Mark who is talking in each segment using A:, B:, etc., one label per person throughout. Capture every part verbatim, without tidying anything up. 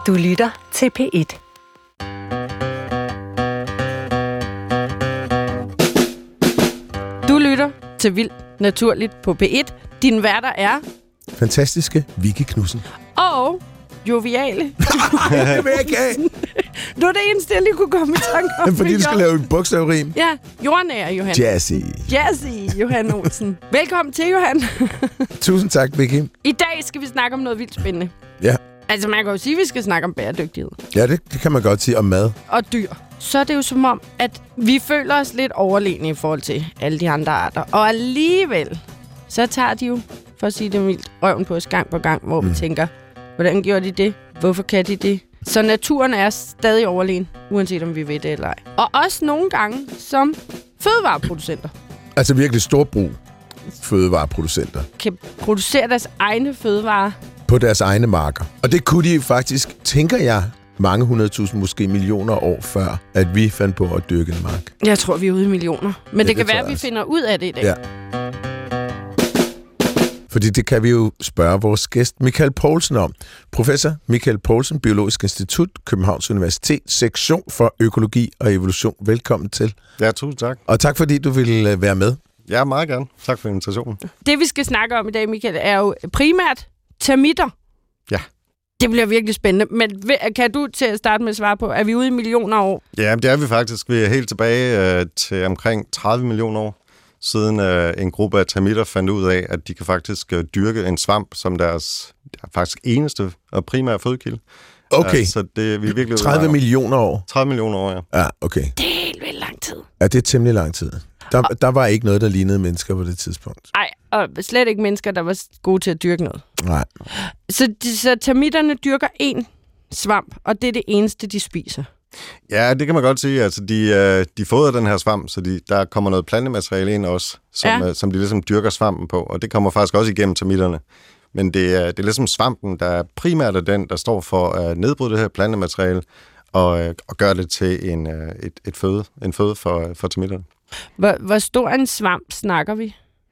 A: Du lytter til P et.
B: Du lytter til Vildt Naturligt på P et. Din værter er...
C: fantastiske Vicky Knudsen.
B: Og joviale.
C: Det vil jeg ikke have.
B: Nu er det eneste, jeg lige kunne komme i tanke om.
C: Fordi du skal lave en bogstavrim.
B: Ja, jordnær Johan.
C: Jazzy.
B: Jazzy Johan Olsen. Velkommen til, Johan.
C: Tusind tak, Vicky.
B: I dag skal vi snakke om noget vildt spændende.
C: Ja.
B: Altså, man kan jo sige, at vi skal snakke om bæredygtighed.
C: Ja, det, det kan man godt sige om mad.
B: Og dyr. Så er det jo som om, at vi føler os lidt overlegne i forhold til alle de andre arter. Og alligevel, så tager de jo, for at sige det mildt, røven på os gang på gang, hvor mm. vi tænker, hvordan gjorde de det? Hvorfor kan de det? Så naturen er stadig overlegen, uanset om vi ved det eller ej. Og også nogle gange som fødevareproducenter.
C: Altså virkelig storbrug fødevareproducenter.
B: Kan producere deres egne fødevarer.
C: På deres egne marker. Og det kunne de faktisk, tænker jeg, mange hundredtusind, måske millioner år før, at vi fandt på at dyrke en mark.
B: Jeg tror, vi er ude i millioner. Men ja, det, det kan være, at vi
C: også.
B: finder ud af det i dag.
C: Ja. Fordi det kan vi jo spørge vores gæst, Michael Poulsen, om. Professor Michael Poulsen, Biologisk Institut, Københavns Universitet, sektion for økologi og evolution. Velkommen til.
D: Ja, tusind tak.
C: Og tak, fordi du ville være med.
D: Ja, meget gerne. Tak for invitationen.
B: Det, vi skal snakke om i dag, Michael, er jo primært termitter.
D: Ja.
B: Det bliver virkelig spændende. Men kan du til at starte med at svare på, er vi ude i millioner år?
D: Ja, det er vi faktisk. Vi er helt tilbage øh, til omkring tredive millioner år, siden øh, en gruppe af termitter fandt ud af, at de kan faktisk øh, dyrke en svamp som deres ja, faktisk eneste og primære fødekilde.
C: Okay.
D: Uh, så det vi er virkelig
C: tredive millioner år?
D: tredive millioner år, ja.
C: Ja, okay.
B: Det er helt vildt lang tid.
C: Ja, det er temmelig lang tid. Der, der var ikke noget, der lignede mennesker på det tidspunkt.
B: Nej, og slet ikke mennesker, der var gode til at dyrke noget.
C: Nej.
B: Så, de, så termitterne dyrker én svamp, og det er det eneste, de spiser.
D: Ja, det kan man godt sige. Altså, de, de fodrer den her svamp, så de, der kommer noget plantemateriale ind også, som, ja. som de ligesom dyrker svampen på, og det kommer faktisk også igennem termitterne. Men det er, det er ligesom svampen, der primært er den, der står for at nedbryde det her plantemateriale og, og gøre det til en, et, et føde, en føde for, for termitterne. Hvor,
B: hvor stor en svamp snakker vi?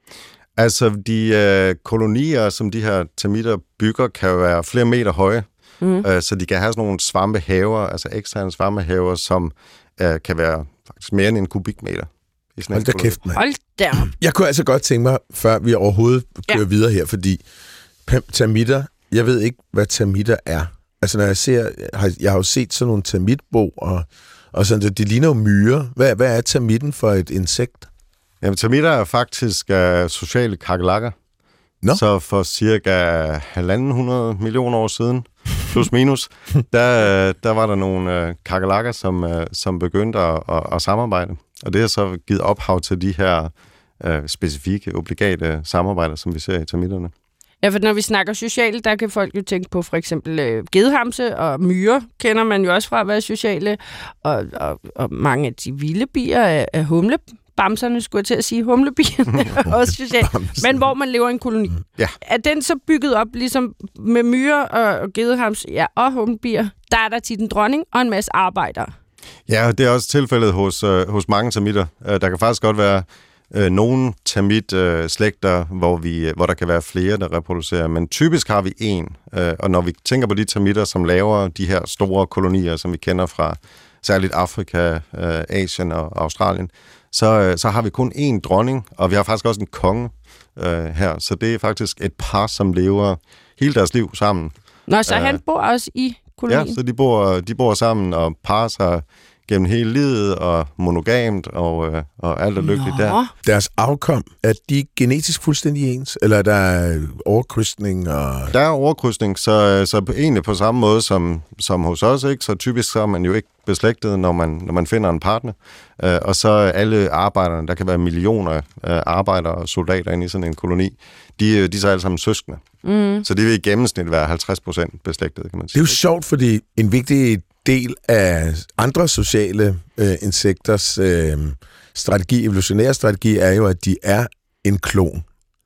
D: Altså, de øh, kolonier, som de her termitter bygger, kan jo være flere meter høje. Mm. Øh, så de kan have sådan nogle svampehaver, altså eksterne svampehaver, som øh, kan være faktisk mere end en kubikmeter.
C: Hold da kæft, mand.
B: Hold da.
C: Jeg kunne altså godt tænke mig, før vi overhovedet kører ja. videre her, fordi termitter, jeg ved ikke, hvad termitter er. Altså, når jeg ser, jeg har jo set sådan nogle termitbo, og, og sådan, de ligner jo myrer. Hvad, hvad er termitten for et insekt?
D: Jamen, termitter er faktisk uh, sociale kakelakker.
C: No.
D: Så for cirka halvanden hundrede millioner år siden, plus minus, der, der var der nogle uh, kakelakker, som, uh, som begyndte at, at, at samarbejde. Og det har så givet ophav til de her uh, specifikke, obligate samarbejder, som vi ser i termitterne.
B: Ja, for når vi snakker sociale, der kan folk jo tænke på for eksempel øh, gedehamse og myrer, kender man jo også fra at være sociale, og, og, og mange af de vilde bier er, er humlebamserne, skulle jeg til at sige, humlebierne er også sociale, men hvor man lever i en koloni.
D: Ja.
B: Er den så bygget op ligesom med myrer og, og gedehams ja, og humlebier, der er der tit en dronning og en masse arbejdere?
D: Ja, det er også tilfældet hos, øh, hos mange termitter. Der kan faktisk godt være Øh, nogle termit-slægter, øh, hvor, vi, hvor der kan være flere, der reproducerer, men typisk har vi én. Øh, og når vi tænker på de termitter, som laver de her store kolonier, som vi kender fra særligt Afrika, øh, Asien og Australien, så, øh, så har vi kun én dronning, og vi har faktisk også en konge øh, her. Så det er faktisk et par, som lever hele deres liv sammen.
B: Nå, så øh, han bor også i kolonien?
D: Ja, så de bor, de bor sammen og parer sig gennem hele livet, og monogamt, og, øh, og alt er lykkeligt der.
C: Deres afkom, er de genetisk fuldstændig ens, eller er der overkrydsning? Og...
D: Der er overkrydsning, så, så egentlig på samme måde som, som hos os, ikke? Så typisk så er man jo ikke beslægtet, når man, når man finder en partner. Øh, og så alle arbejderne, der kan være millioner af arbejdere og soldater inde i sådan en koloni, de, de er så alle sammen søskende. Mm. Så det vil i gennemsnit være halvtreds procent beslægtet, kan man sige.
C: Det er jo sjovt, fordi en vigtig del af andre sociale øh, insekters øh, strategi, evolutionære strategi, er jo, at de er en klon.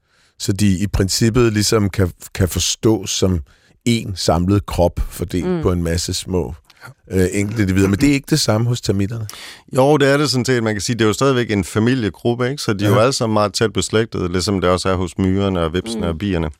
C: Så de i princippet ligesom kan, kan forstås som en samlet krop, fordelt mm. på en masse små øh, enkelte individer. Men det er ikke det samme hos termitterne.
D: Jo, det er det sådan set. Man kan sige, det er jo stadigvæk en familiegruppe, ikke? Så de er ja. jo alle sammen meget tæt beslægtede, ligesom det også er hos myrerne og vipsene mm. og bierne.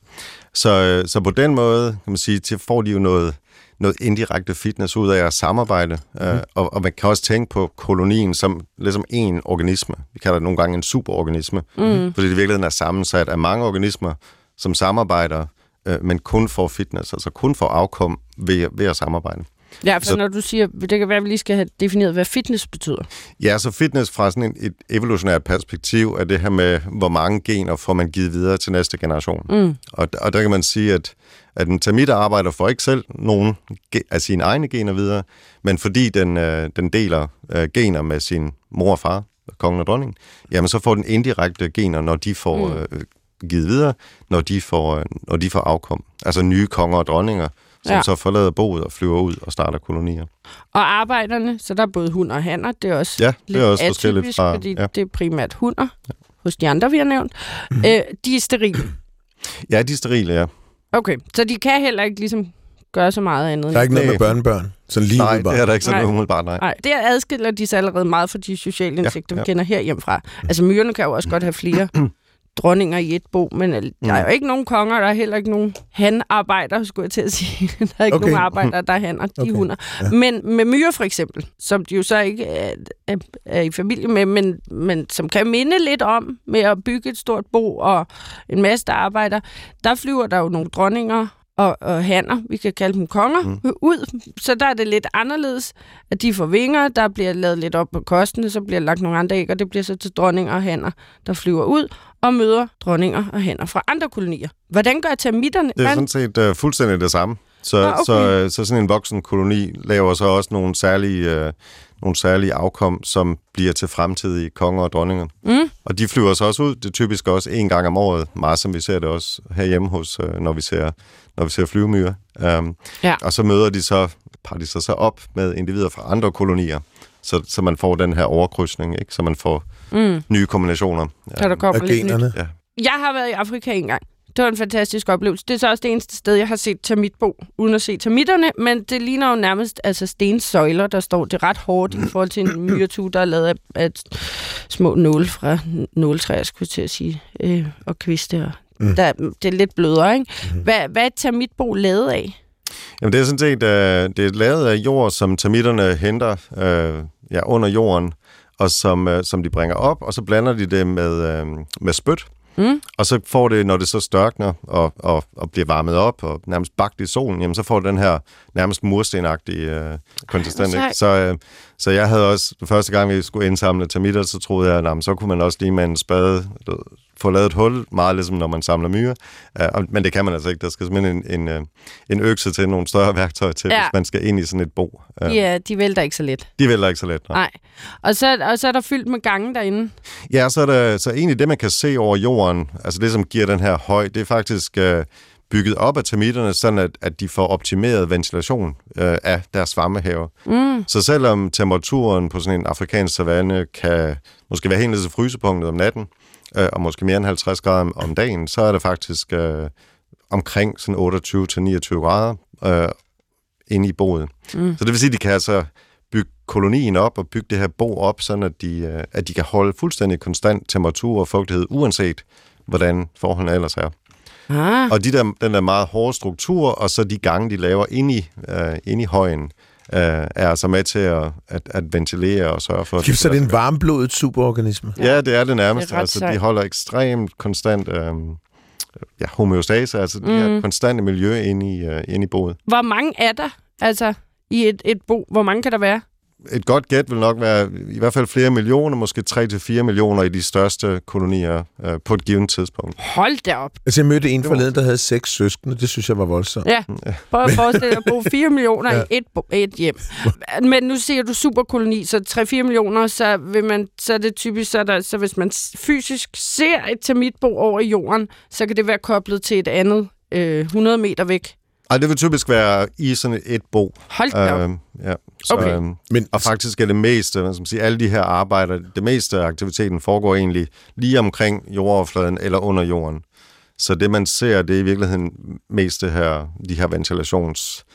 D: Så, så på den måde, kan man sige, så får de jo noget, noget indirekte fitness ud af at samarbejde. Mm. Øh, og, og man kan også tænke på kolonien som ligesom en organisme. Vi kalder det nogle gange en superorganisme, mm. fordi det i virkeligheden er sammensat af mange organismer, som samarbejder, øh, men kun får fitness, altså kun får afkom ved, ved at samarbejde.
B: Ja, for så, når du siger, det kan være, at vi lige skal have defineret, hvad fitness betyder.
D: Ja, så fitness fra sådan et evolutionært perspektiv er det her med, hvor mange gener får man givet videre til næste generation. Mm. Og, og der kan man sige, at, at en termitarbejder får ikke selv nogen af sine egne gener videre, men fordi den, øh, den deler øh, gener med sin mor og far, kongen og dronningen, jamen så får den indirekte gener, når de får mm. øh, givet videre, når de får, øh, når de får afkom. Altså nye konger og dronninger, som ja. så forlader boet og flyver ud og starter kolonier.
B: Og arbejderne, så der er både hunder og hanner, det er også
D: ja,
B: lidt
D: det er også
B: atypisk, fra, fordi ja. det er primært hunder, ja. hos de andre, vi har nævnt. Mm. Øh, de er sterile.
D: Ja, de er sterile, ja.
B: Okay, så de kan heller ikke ligesom gøre så meget andet.
C: Der er ikke noget med børnebørn? Sådan lige
D: nej, det er der ikke sådan noget umiddelbart, nej.
B: nej. Det adskiller de sig allerede meget fra de sociale insekter, ja, ja. vi kender herhjemmefra. Altså myrerne kan jo også godt have flere dronninger i et bo, men der er jo ikke nogen konger, der er heller ikke nogen hanarbejdere, skulle jeg til at sige. Der er ikke okay. nogen arbejdere, der er hanner, de okay. hunder. Ja. Men med myrer for eksempel, som de jo så ikke er, er, er i familie med, men, men som kan minde lidt om med at bygge et stort bo og en masse, der arbejder, der flyver der jo nogle dronninger og, og hanner, vi kan kalde dem konger, mm. ud. Så der er det lidt anderledes, at de får vinger, der bliver lavet lidt op på kostene, så bliver lagt nogle andre æg, og det bliver så til dronninger og hanner, der flyver ud og møder dronninger og hanner fra andre kolonier. Hvordan gør termitterne?
D: Det er sådan set uh, fuldstændig det samme. Så, ah, okay. så, så sådan en voksen koloni laver så også nogle særlige, uh, nogle særlige afkom, som bliver til fremtidige konger og dronninger. Mm. Og de flyver så også ud, det er typisk også en gang om året, meget som vi ser det også herhjemme hos, uh, når vi ser når vi ser flyvemyrer. Um, ja. Og så møder de så, parer de sig så op med individer fra andre kolonier, så, så man får den her overkrydsning, ikke? Så man får mm. nye kombinationer.
B: Ja. Der kommer lidt nyt.
C: Ja.
B: Jeg har været i Afrika en gang. Det var en fantastisk oplevelse. Det er så også det eneste sted, jeg har set termitbo, uden at se termitterne, men det ligner jo nærmest altså stensøjler, der står. Det er ret hårdt i forhold til en myretue, der er lavet af, af små nåle fra nåletræer, skulle jeg til at sige, øh, og kviste og Mm. Der, det er lidt blødere, ikke? Mm. Hvad, hvad er termitbo lavet af?
D: Jamen, det er sådan set uh, det er lavet af jord, som termitterne henter uh, ja, under jorden, og som, uh, som de bringer op, og så blander de det med, uh, med spyt. Mm. Og så får det, når det så størkner og, og, og bliver varmet op og nærmest bagt i solen, jamen så får det den her nærmest murstenagtige uh, konsistens. Ej, så, uh, så jeg havde også, den første gang vi skulle indsamle termitter, så troede jeg, at så kunne man også lige med en spade få lavet et hul, meget ligesom når man samler myrer. Uh, men det kan man altså ikke. Der skal simpelthen en, en, en økse til, nogle større værktøjer til, ja. hvis man skal ind i sådan et bo. Uh,
B: ja, de vælter ikke så let.
D: De vælter ikke så let, nej.
B: nej. Og, så, og så er der fyldt med gange derinde?
D: Ja, så er der så egentlig det, man kan se over jorden, altså det, som giver den her høj, det er faktisk uh, bygget op af termitterne, sådan at, at de får optimeret ventilation uh, af deres svammehaver. Mm. Så selvom temperaturen på sådan en afrikansk savanne kan måske være helt ned til frysepunktet om natten, og måske mere end halvtreds grader om dagen, så er det faktisk øh, omkring sådan otteogtyve til niogtyve grader øh, inde i boet. Mm. Så det vil sige, at de kan altså bygge kolonien op og bygge det her bo op, sådan at de, øh, at de kan holde fuldstændig konstant temperatur og fugtighed, uanset hvordan forholdene ellers er. Ah. Og de der, den der meget hårde struktur, og så de gange, de laver inde i, øh, inde i højen, Uh, er altså med til at, at, at ventilere og sørge for...
C: Det, så det er en varmblodet superorganisme?
D: Ja, ja, det er det nærmest. Det er altså, de holder ekstremt konstant um, ja, homeostase, altså mm. de her konstante miljø inde i, uh, inde i boet.
B: Hvor mange er der altså i et, et bo? Hvor mange kan der være?
D: Et godt gæt vil nok være i hvert fald flere millioner, måske tre til fire millioner i de største kolonier øh, på et givet tidspunkt.
B: Hold da op!
C: Altså, jeg mødte en forleden, der havde seks søskende. Det synes jeg var voldsomt.
B: Ja, prøv at forestille dig at bo fire millioner ja. i et, et hjem. Men nu siger du superkoloni, så tre til fire millioner, så, vil man, så er det typisk, så, der, så hvis man fysisk ser et termitbo over jorden, så kan det være koblet til et andet øh, hundrede meter væk.
D: Ej, det vil typisk være i sådan et bo.
B: Hold da op.
D: Øh, ja. Så,
B: okay.
D: øh, Men, og faktisk er det meste, man skal sige, alle de her arbejder, det meste af aktiviteten foregår egentlig lige omkring jordoverfladen eller under jorden. Så det, man ser, det er i virkeligheden mest det her, de her ventilations...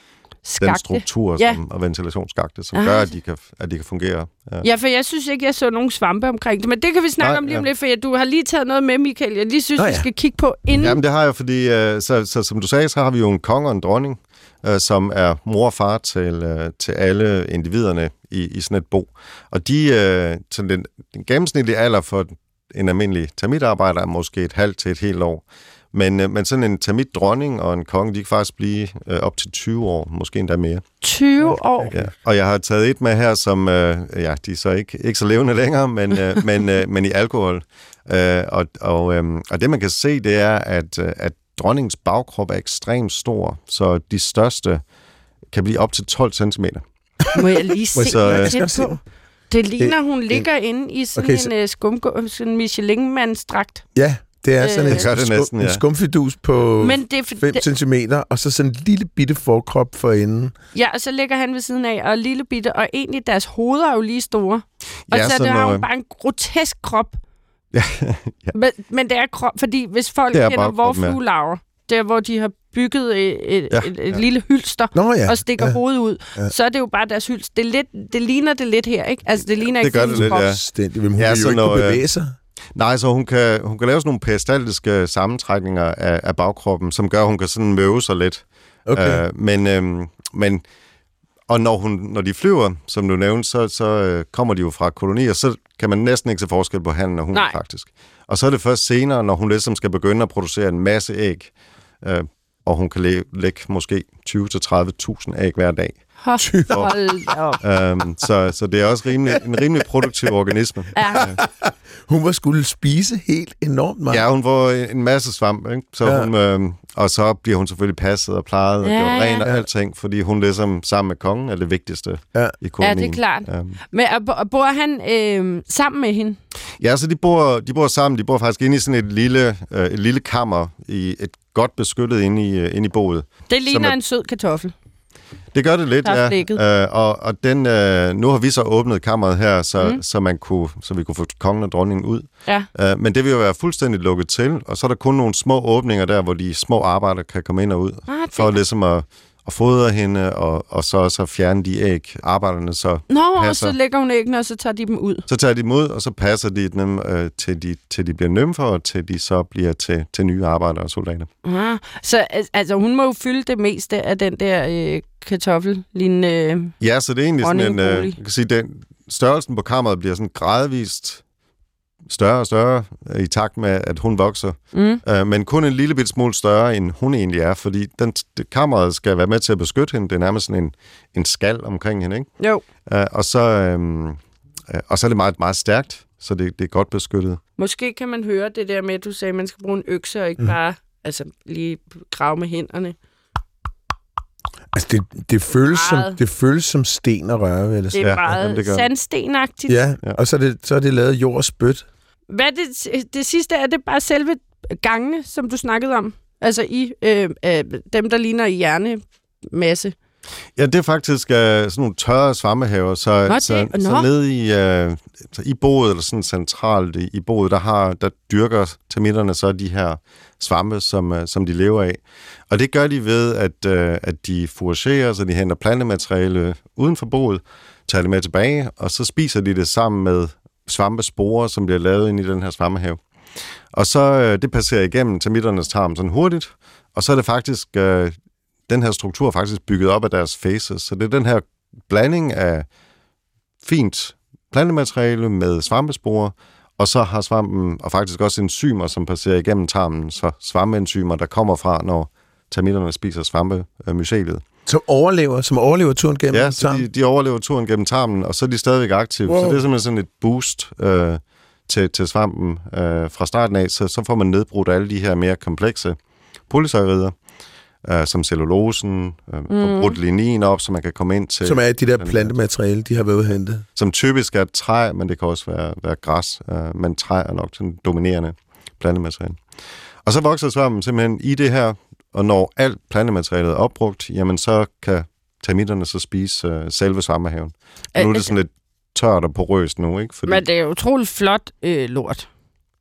D: den struktur
B: ja.
D: som, og ventilationsskakte, som
B: ah.
D: gør, at de kan, at de kan fungere.
B: Ja. ja, for jeg synes ikke, jeg så nogen svampe omkring det, men det kan vi snakke Nej, om lige om ja. lidt, for du har lige taget noget med, Michael. Jeg lige synes, Nå, ja. vi skal kigge på inden.
D: Jamen, det har jeg, fordi, uh, så, så som du sagde, så har vi jo en konge og en dronning, uh, som er mor og far til, uh, til alle individerne i, i sådan et bo. Og de, uh, sådan den, den gennemsnitlige alder for en almindelig termitarbejder er måske et halvt til et helt år. Men, øh, men sådan en termitdronning og en konge, de kan faktisk blive øh, op til tyve år, måske endda mere.
B: tyve år?
D: Ja. Og jeg har taget et med her, som, øh, ja, de er så ikke, ikke så levende længere, men, øh, men, øh, men i alkohol. Øh, og, og, øh, og det man kan se, det er, at, at dronningens bagkrop er ekstremt stor, så de største kan blive op til tolv centimeter.
B: Må jeg lige se
C: så,
B: tæt på? Det ligner, hun ligger inde i sådan okay, så... en uh, skum, sådan Michelin-mandsdragt.
C: Ja, det er sådan øh, en,
D: det næsten, ja.
C: en skumfidus på fem centimeter, og så sådan en lille bitte forkrop for enden.
B: Ja, og så ligger han ved siden af, og lille bitte, og egentlig deres hoveder er jo lige store. Og
D: ja,
B: så det har hun bare en grotesk krop.
D: ja.
B: men, men det er krop, fordi hvis folk kender vorfluelaver, der hvor de har bygget et, et, ja, et, et ja. lille hylster
C: Nå, ja.
B: og stikker
C: ja.
B: hovedet ud, ja. så er det jo bare deres hylster. Det, lidt, det ligner det lidt her, ikke? Altså, det ligner
D: det
B: ikke
D: gør det lidt, ja.
C: Det, hun ja, vil jo ikke når, kunne bevæge sig.
D: Nej, så hun kan, hun kan lave sådan nogle peristaltiske sammentrækninger af, af bagkroppen, som gør, at hun kan sådan møve sig lidt.
C: Okay.
D: Uh, men, øhm, men, og når, hun, når de flyver, som du nævnte, så, så øh, kommer de jo fra kolonier, så kan man næsten ikke se forskel på han og hun Nej. faktisk. Og så er det først senere, når hun ligesom skal begynde at producere en masse æg, øh, og hun kan læ- lægge måske tyve til tredive tusind æg hver dag.
B: Hold op.
D: øhm, så, så det er også rimelig, en rimelig produktiv organisme.
B: Ja.
C: Hun var skulle spise helt enormt meget.
D: Ja, hun får en masse svamp, ikke? Så ja. hun, øh, og så bliver hun selvfølgelig passet og plejet og ja, gjort ren og ja. alting, fordi hun ligesom sammen med kongen er det vigtigste
B: ja.
D: i kolonien.
B: Ja, det er klart. Ja. Men bor han øh, sammen med hende?
D: Ja, så de bor, de bor sammen. De bor faktisk inde i sådan et lille, øh, et lille kammer, i et godt beskyttet inde i, inde i boet.
B: Det ligner
D: er,
B: en sød kartoffel.
D: Det gør det lidt, ja. Øh, og og den, øh, nu har vi så åbnet kammeret her, så, mm. så, man kunne, så vi kunne få kongen og dronningen ud.
B: Ja.
D: Øh, men det vil jo være fuldstændig lukket til, og så er der kun nogle små åbninger der, hvor de små arbejdere kan komme ind og ud.
B: Ah,
D: for ligesom at, at fodre hende, og, og så, så fjerne de æg, arbejderne så
B: Nå,
D: passer.
B: og så lægger hun æggene, og så tager de dem ud.
D: Så tager de dem ud, og så passer de dem, øh, til, de, til de bliver nymfer, og til de så bliver til, til nye arbejdere og soldater.
B: Ah, så altså, hun må jo fylde det meste af den der øh, kartoffel-lignende øh,
D: Ja, så det er egentlig sådan en, øh, jeg kan sige, den størrelsen på kammeret bliver sådan gradvist større og større i takt med, at hun vokser. Mm. Uh, men kun en lille bit smule større, end hun egentlig er, fordi den, det, kammeret skal være med til at beskytte hende. Det er nærmest sådan en, en skal omkring hende, ikke?
B: Jo.
D: Uh, og, så, um, uh, og så er det meget, meget stærkt, så det, det er godt beskyttet.
B: Måske kan man høre det der med, at du sagde, at man skal bruge en økse og ikke mm. bare altså, lige grave med hænderne.
C: Altså, det, det, føles som, det føles som sten at røre ved.
B: Det er meget ja, det sandstenagtigt.
C: Ja, og så er det, så er det lavet jord og spyt.
B: Hvad det, det sidste, er det bare selve gangene, som du snakkede om? Altså i øh, øh, dem, der ligner i hjernemasse?
D: Ja, det er faktisk øh, sådan nogle tørre svammehaver, så,
B: Nå,
D: så, så nede i, øh, så i boet, eller sådan centralt i, i boet, der, har, der dyrker termitterne så de her svampe, som, øh, som de lever af. Og det gør de ved, at, øh, at de fouragerer, så de henter plantemateriale uden for boet, tager det med tilbage, og så spiser de det sammen med svampesporer, som bliver lavet ind i den her svammehave. Og så øh, det passerer igennem termitternes tarm sådan hurtigt, og så er det faktisk... Øh, den her struktur er faktisk bygget op af deres faces, så det er den her blanding af fint plantemateriale med svampesporer, og så har svampen, og faktisk også enzymer, som passerer igennem tarmen, så svampeenzymer, der kommer fra, når termitterne spiser svampemyceliet.
C: Som overlever, som overlever turen gennem
D: ja,
C: tarmen?
D: Ja, de, de overlever turen gennem tarmen, og så er de stadigvæk aktive. Wow. Så det er simpelthen sådan et boost øh, til, til svampen øh, fra starten af, så, så får man nedbrudt alle de her mere komplekse polysaccharider, Uh, som cellulosen, uh, mm. og brudt lignin op, så man kan komme ind til...
C: Som er de der plantemateriale, de har været udhentet.
D: Som typisk er træ, men det kan også være, være græs, uh, men træ er nok sådan dominerende plantemateriale. Og så vokser svampen simpelthen i det her, og når alt plantematerialet er opbrugt, jamen så kan termitterne så spise uh, selve svampehaven. Og nu er det sådan lidt tørt og porøst nu, ikke? Fordi...
B: Men det er jo utroligt flot øh, lort.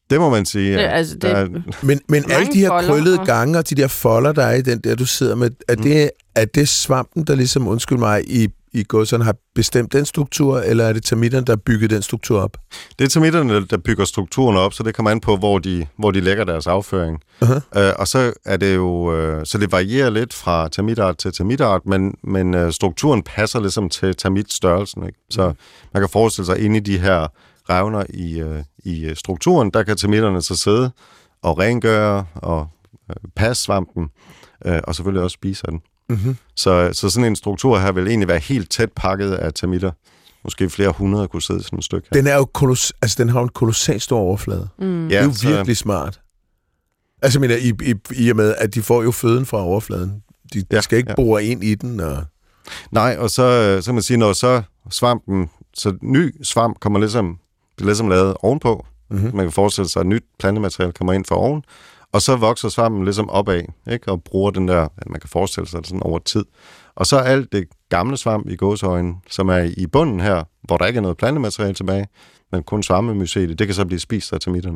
D: Det må man sige, ja.
B: Det, altså, det,
D: er,
C: Men, men alle de her
B: folder,
C: krøllede
B: og...
C: gange og de der folder, der er i den der, du sidder med, er, mm. det, er det svampen, der ligesom, undskyld mig, i, i gåserne har bestemt den struktur, eller er det termitterne, der har bygget den struktur op?
D: Det er termitterne, der bygger strukturen op, så det kommer an på, hvor de, hvor de lægger deres afføring. Uh-huh. Uh, og så er det jo, uh, så det varierer lidt fra termitart til termitart, men, men uh, strukturen passer ligesom til termitstørrelsen. Ikke? Så mm. man kan forestille sig, inde i de her revner i, uh, i strukturen, der kan termitterne så sidde og rengøre og uh, passe svampen, uh, og selvfølgelig også spise den. Mm-hmm. Så, så sådan en struktur her vil egentlig være helt tæt pakket af termitter. Måske flere hundrede kunne sidde i sådan et stykke her.
C: Den er jo koloss- altså, den har jo en kolossalt stor overflade. Mm. Det er jo ja, virkelig så... smart. Altså, mener, i, i, i og med, at de får jo føden fra overfladen. De, ja, de skal ikke ja. bore ind i den. Og...
D: Nej, og så, så kan man sige, når så svampen, så ny svamp kommer ligesom, bliver ligesom lavet ovenpå. Mm-hmm. Man kan forestille sig, at nyt plantemateriale kommer ind fra oven, og så vokser svampen ligesom opad, ikke? Og bruger den der, man kan forestille sig det sådan over tid. Og så alt det gamle svamp i gåseøjne, som er i bunden her, hvor der ikke er noget plantemateriale tilbage, men kun svampemycelium, det kan så blive spist af termitterne.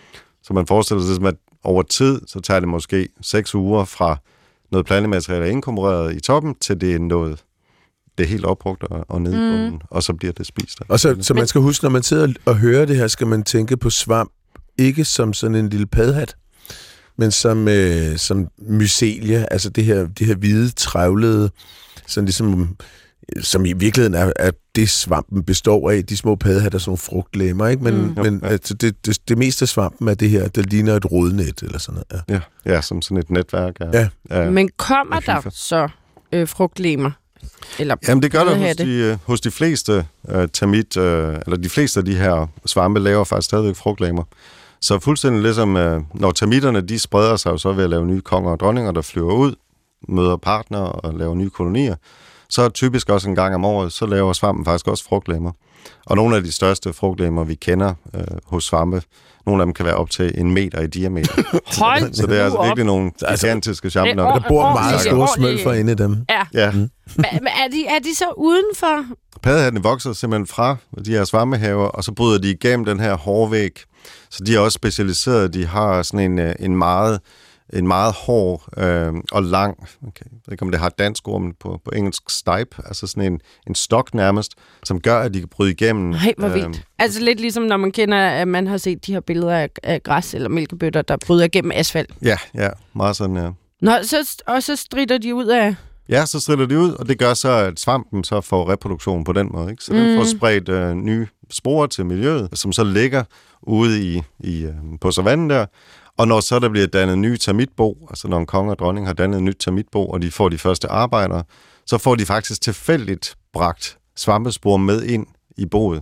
D: Så man forestiller sig, at over tid, så tager det måske seks uger fra noget plantemateriale er inkorporeret i toppen, til det er noget, det er helt opbrugt og, og nede i bunden, mm. og så bliver det spist.
C: Og så, så man skal huske, når man sidder og hører det her, skal man tænke på svamp, ikke som sådan en lille padhat, men som, øh, som mycelia, altså det her, det her hvide, trævlede, sådan ligesom, som i virkeligheden er, er det, svampen består af, de små paddehatter, sådan nogle frugtlemmer, ikke? Men, mm. men altså, det, det, det meste af svampen er det her, der ligner et rodnet eller sådan noget.
D: Ja, ja, ja som sådan et netværk. Ja.
C: Ja.
B: Ja. Men kommer der så øh, frugtlemmer? Eller
D: Jamen det gør der hos de, hos de fleste uh, termit, uh, eller de fleste af de her svampe laver faktisk stadigvæk frugtlemmer. Så fuldstændig ligesom, uh, når termitterne, de spreder sig jo så ved at lave nye konger og dronninger, der flyver ud, møder partnere og laver nye kolonier, så typisk også en gang om året, så laver svampen faktisk også frugtlemmer. Og nogle af de største frugtlemmer, vi kender uh, hos svampe, nogle af dem kan være op til en meter i diameter.
B: Hold
D: så det er altså virkelig nogle gigantiske champignons.
C: Der bor meget store smølfer inde i dem.
B: Ja.
D: ja.
B: Mm. Men er de, er de så udenfor?
D: Paddehattene vokser simpelthen fra de her svammehaver, og så bryder de igennem den her hårvæg. Så de er også specialiseret. De har sådan en, en meget en meget hård øh, og lang, okay, jeg ved ikke om det har et dansk ord, men på, på engelsk stipe, altså sådan en, en stok nærmest, som gør, at de kan bryde igennem.
B: Nej, hvor vildt. Øh, altså lidt ligesom når man kender, at man har set de her billeder af, af græs eller mælkebøtter, der bryder igennem asfalt.
D: Ja, ja, meget sådan, ja.
B: Nå, så, og så strider de ud af...
D: Ja, så strider de ud, og det gør så, at svampen så får reproduktion på den måde, ikke? Så mm. den får spredt øh, nye sporer til miljøet, som så ligger ude i, i, øh, på savannen der. Og når så der bliver dannet nye termitbo, altså når en konge og dronning har dannet et nyt termitbo, og de får de første arbejdere, så får de faktisk tilfældigt bragt svampespor med ind i boet,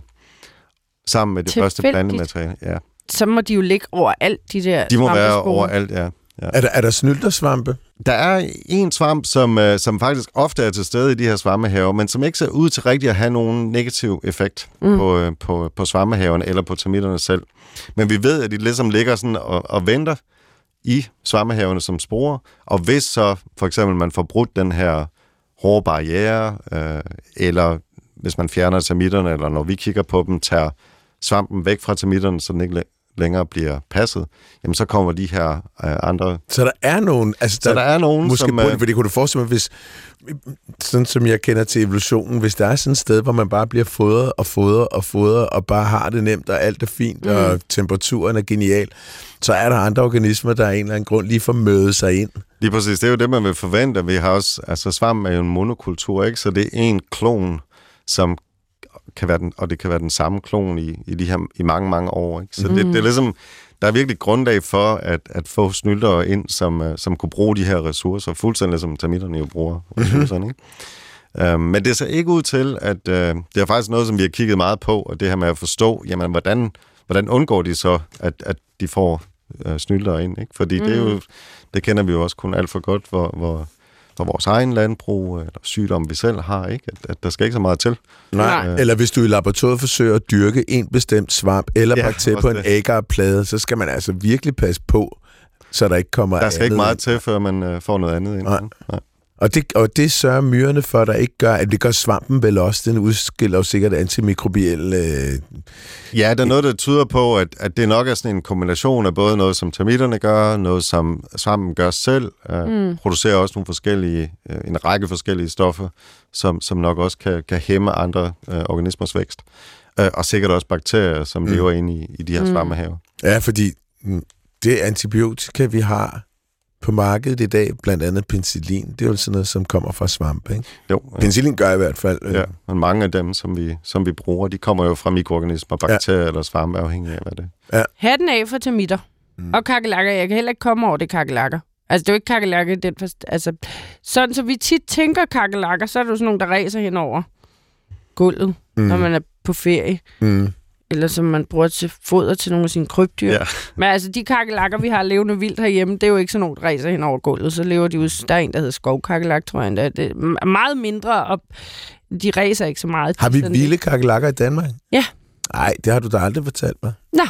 D: sammen med det første plantemateriale. Ja.
B: Så må de jo ligge overalt, de der
D: De må være overalt, ja. Ja.
C: Er der, er der snyltersvampe?
D: Der er en svamp, som, øh, som faktisk ofte er til stede i de her svammehaver, men som ikke ser ud til rigtigt at have nogen negativ effekt mm. på, øh, på, på svammehaverne eller på termitterne selv. Men vi ved, at de ligesom ligger sådan og, og venter i svammehaverne som sporer, og hvis så for eksempel man får brudt den her hårde barriere, øh, eller hvis man fjerner termitterne, eller når vi kigger på dem, tager svampen væk fra termitterne, så den ikke længere bliver passet, jamen så kommer de her øh, andre...
C: Så der er nogen... Altså
D: så der, der er nogen,
C: måske
D: som...
C: Måske, fordi kunne du forestille mig, hvis... Sådan som jeg kender til evolutionen, hvis der er sådan et sted, hvor man bare bliver fodret og fodret og fodret, og bare har det nemt, og alt er fint, mm. og temperaturen er genial, så er der andre organismer, der af en eller anden grund lige får møde sig ind.
D: Lige præcis. Det er jo det, man vil forvente. Vi har også... Altså, svampen er jo en monokultur, ikke? Så det er en klon, som kan være den, og det kan være den samme klon i, i de her i mange, mange år. Ikke? Så mm. det, det er ligesom, der er virkelig grundlag for at, at få snyltere ind, som, som kunne bruge de her ressourcer, fuldstændig som termitterne jo bruger ressourcerne. Ikke? Um, men det ser ikke ud til, at uh, det er faktisk noget, som vi har kigget meget på, og det her med at forstå, jamen, hvordan, hvordan undgår de så, at, at de får uh, snyltere ind? Ikke? Fordi mm. det er jo, det kender vi jo også kun alt for godt, hvor, hvor for vores egen landbrug, eller sygdomme, vi selv har, ikke? At, at der skal ikke så meget til.
C: Nej, øh. eller hvis du i laboratoriet forsøger at dyrke en bestemt svamp, eller ja, bakterie på en agarplade, så skal man altså virkelig passe på, så der ikke kommer
D: Der skal
C: andet
D: ikke meget
C: ind.
D: til, før man øh, får noget andet ind.
C: Nej.
D: Nej.
C: Og det, og det sørger myrerne for, der ikke gør, at det gør svampen vel også. Den udskiller jo sikkert antimikrobiel... Øh...
D: Ja, der er noget, der tyder på, at, at det nok er sådan en kombination af både noget, som termitterne gør, noget, som svampen gør selv, øh, mm. producerer også nogle forskellige, øh, en række forskellige stoffer, som, som nok også kan, kan hæmme andre øh, organismers vækst. Øh, og sikkert også bakterier, som mm. lever inde i, i de her svammehaver.
C: Ja, fordi det antibiotika, vi har på markedet i dag, blandt andet penicillin, det er jo sådan noget, som kommer fra svampe, ikke?
D: Jo. Ja.
C: Penicillin gør i hvert fald. Øh.
D: Ja, men mange af dem, som vi, som vi bruger, de kommer jo fra mikroorganismer, bakterier ja. eller svampe, afhængig af, hvad det er.
B: Ja. Hatten af for termitter. Mm. Og kakelakker. Jeg kan heller ikke komme over det kakelakker. Altså, det er jo ikke kakelakker, den forst- altså, sådan, så vi tit tænker kakelakker, så er det jo sådan nogle, der ræser hen over gulvet, mm. når man er på ferie. Mm. Eller som man bruger til foder til nogle af sine krybdyr. Ja. Men altså, de kakelakker, vi har levende vildt herhjemme, det er jo ikke sådan nogle, der ræser hen over gulvet. Så lever de jo, der er en, der hedder skovkakelak, tror jeg. Det er meget mindre, og de ræser ikke så meget.
C: Har vi vilde kakelakker i Danmark?
B: Ja.
C: Nej, det har du da aldrig fortalt mig.
B: Nå.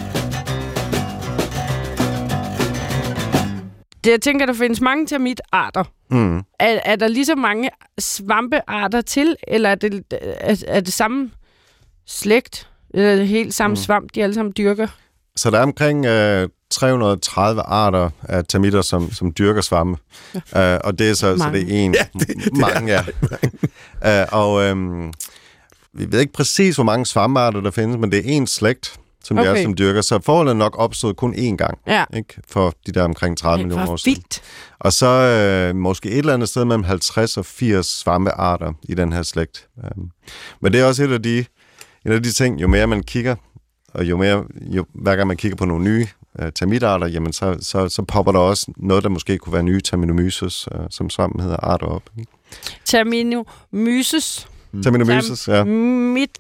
B: Det, jeg tænker, der findes mange termitarter. Mm. Er, er der lige så mange svampearter til, eller er det, er, er det samme slægt? Eller er det helt samme mm. svamp, de alle sammen dyrker?
D: Så der er omkring øh, tre hundrede og tredive arter af termitter, som, som dyrker svampe. Ja. Uh, og det er så, så det er en. Ja, det, det mange, ja. uh, og øhm, vi ved ikke præcis, hvor mange svampearter der findes, men det er en slægt, som okay. de er, som dyrker. Så forholdet er nok opstået kun én gang, ja. ikke? For de der omkring tredive millioner år siden.
B: Vildt.
D: Og så øh, måske et eller andet sted mellem halvtreds og firs svampearter i den her slægt. Um, men det er også et af de, en af de ting, jo mere man kigger, og jo mere, jo, hver gang man kigger på nogle nye øh, termitarter, jamen så, så, så popper der også noget, der måske kunne være nye Terminomyces, øh, som svampen hedder, arter op.
B: Terminomyces?
D: Mm. Terminomyces, ja.
B: Mit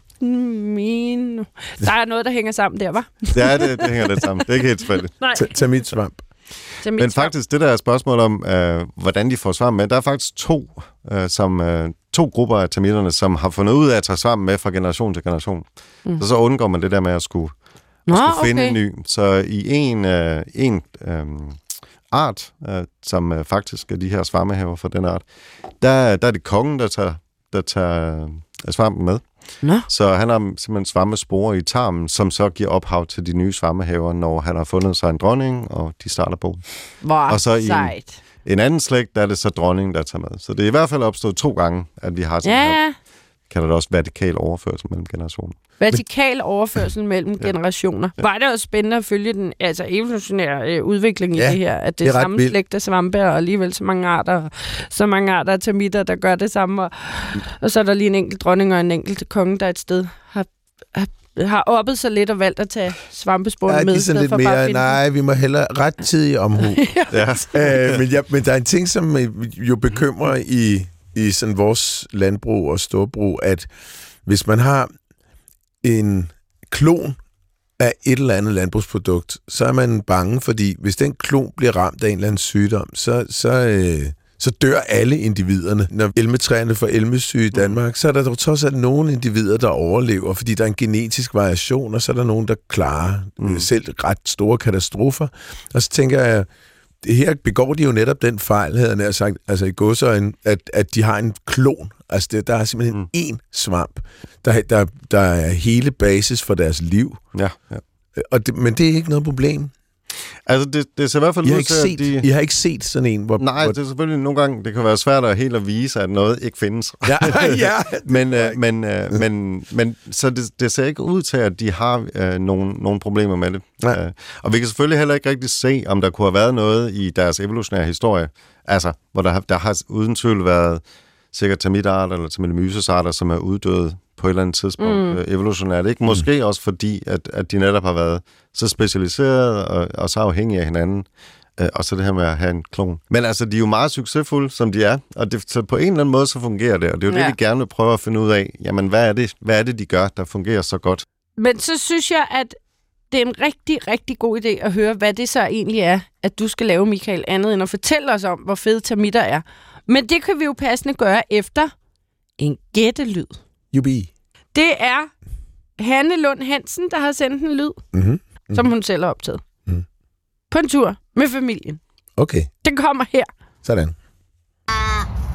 B: Min... Der er noget, der hænger sammen der, hva'?
D: Ja, det, det hænger lidt sammen. Det er ikke helt tilfældigt.
C: Termitsvamp.
D: Men faktisk, det der er spørgsmål om, øh, hvordan de får svamp med, der er faktisk to, øh, som, øh, to grupper af termitterne, som har fundet ud af at tage svamp med fra generation til generation. Mm. Så så undgår man det der med at skulle, Nå, at skulle finde okay. en ny. Så i en, øh, en øh, art, øh, som øh, faktisk er de her svammehaver for den art, der, der er det kongen, der tager, der tager øh, svampen med. Nå. Så han har simpelthen svammesporer i tarmen, som så giver ophav til de nye svammehaver, når han har fundet sig en dronning, og de starter på.
B: Hvor
D: og så
B: sejt.
D: I en, en anden slægt, der er det så dronningen, der tager med. Så det er i hvert fald opstået to gange, at vi har sådan
B: ja.
D: her, kalder det også vertikal overførsel mellem generationer.
B: Vertikal overførsel mellem ja. generationer. Ja. Var det også spændende at følge den altså evolutionære øh, udvikling ja, i det her, at det, det er samme slægt af svampe, og alligevel så mange arter, så mange arter af termitter, der gør det samme, og, og så er der lige en enkelt dronning og en enkelt konge, der et sted har, har, har oppet sig lidt og valgt at tage svampesporene ja, med.
C: Ja, lidt mere, nej, vi må hellere rettidig omhu. ja. øh, men, ja, men der er en ting, som jo bekymrer i, i sådan vores landbrug og storbrug, at hvis man har en klon af et eller andet landbrugsprodukt, så er man bange, fordi hvis den klon bliver ramt af en eller anden sygdom, så, så, øh, så dør alle individerne. Når elmetræerne får elmesyge i Danmark, så er der trods alt nogle individer, der overlever, fordi der er en genetisk variation, og så er der nogen, der klarer mm. selv ret store katastrofer. Og så tænker jeg, det her begår de jo netop den fejl, havde jeg sagt, altså i godsøjne, at, at de har en klon. Altså, det, der er simpelthen én mm. svamp, der, der, der er hele basis for deres liv.
D: Ja, ja.
C: Og det, men det er ikke noget problem.
D: Altså, det, det ser i hvert fald ud til, at de...
C: I har ikke set sådan en, hvor...
D: Nej, hvor... det er selvfølgelig nogle gange, det kan være svært at helt at vise, at noget ikke findes.
C: Ja, ja.
D: men, øh, men, øh, men, men, så det, det ser ikke ud til, at de har øh, nogle, nogle problemer med det. Ja. Øh, og vi kan selvfølgelig heller ikke rigtig se, om der kunne have været noget i deres evolutionære historie, altså, hvor der har, der har uden tvivl været sikkert termitarter eller termitomysesarter, som er uddøde på et eller andet tidspunkt mm. evolutionært. Ikke? Måske mm. også fordi, at, at de netop har været så specialiserede og, og så afhængige af hinanden. Øh, og så det her med at have en klon. Men altså, de er jo meget succesfulde, som de er. Og det, så på en eller anden måde, så fungerer det. Og det er jo ja. det, de gerne vil prøve at finde ud af. Jamen, hvad er det, hvad er det de gør, der fungerer så godt?
B: Men så synes jeg, at det er en rigtig, rigtig god idé at høre, hvad det så egentlig er, at du skal lave, Michael, andet end at fortælle os om, hvor fede termitter er. Men det kan vi jo passende gøre efter en gættelyd.
C: Jubi.
B: Det er Hanne Lund Hansen, der har sendt en lyd, mm-hmm. Mm-hmm. som hun selv har optaget. Mm. På en tur med familien.
C: Okay.
B: Den kommer her.
C: Sådan.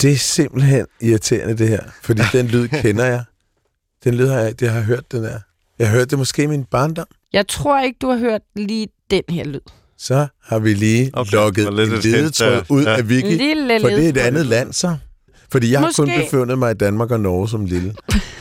C: Det er simpelthen irriterende, det her. Fordi den lyd kender jeg. Den lyd har jeg, det har jeg hørt, den der. Jeg har hørt det måske i min barndom.
B: Jeg tror ikke, du har hørt lige den her lyd.
C: Så har vi lige okay, lukket en ledetråd ud ja. af Vicky.
B: Lille
C: for det er et andet land, så. Fordi jeg
B: Måske.
C: har kun befundet mig i Danmark og Norge som lille.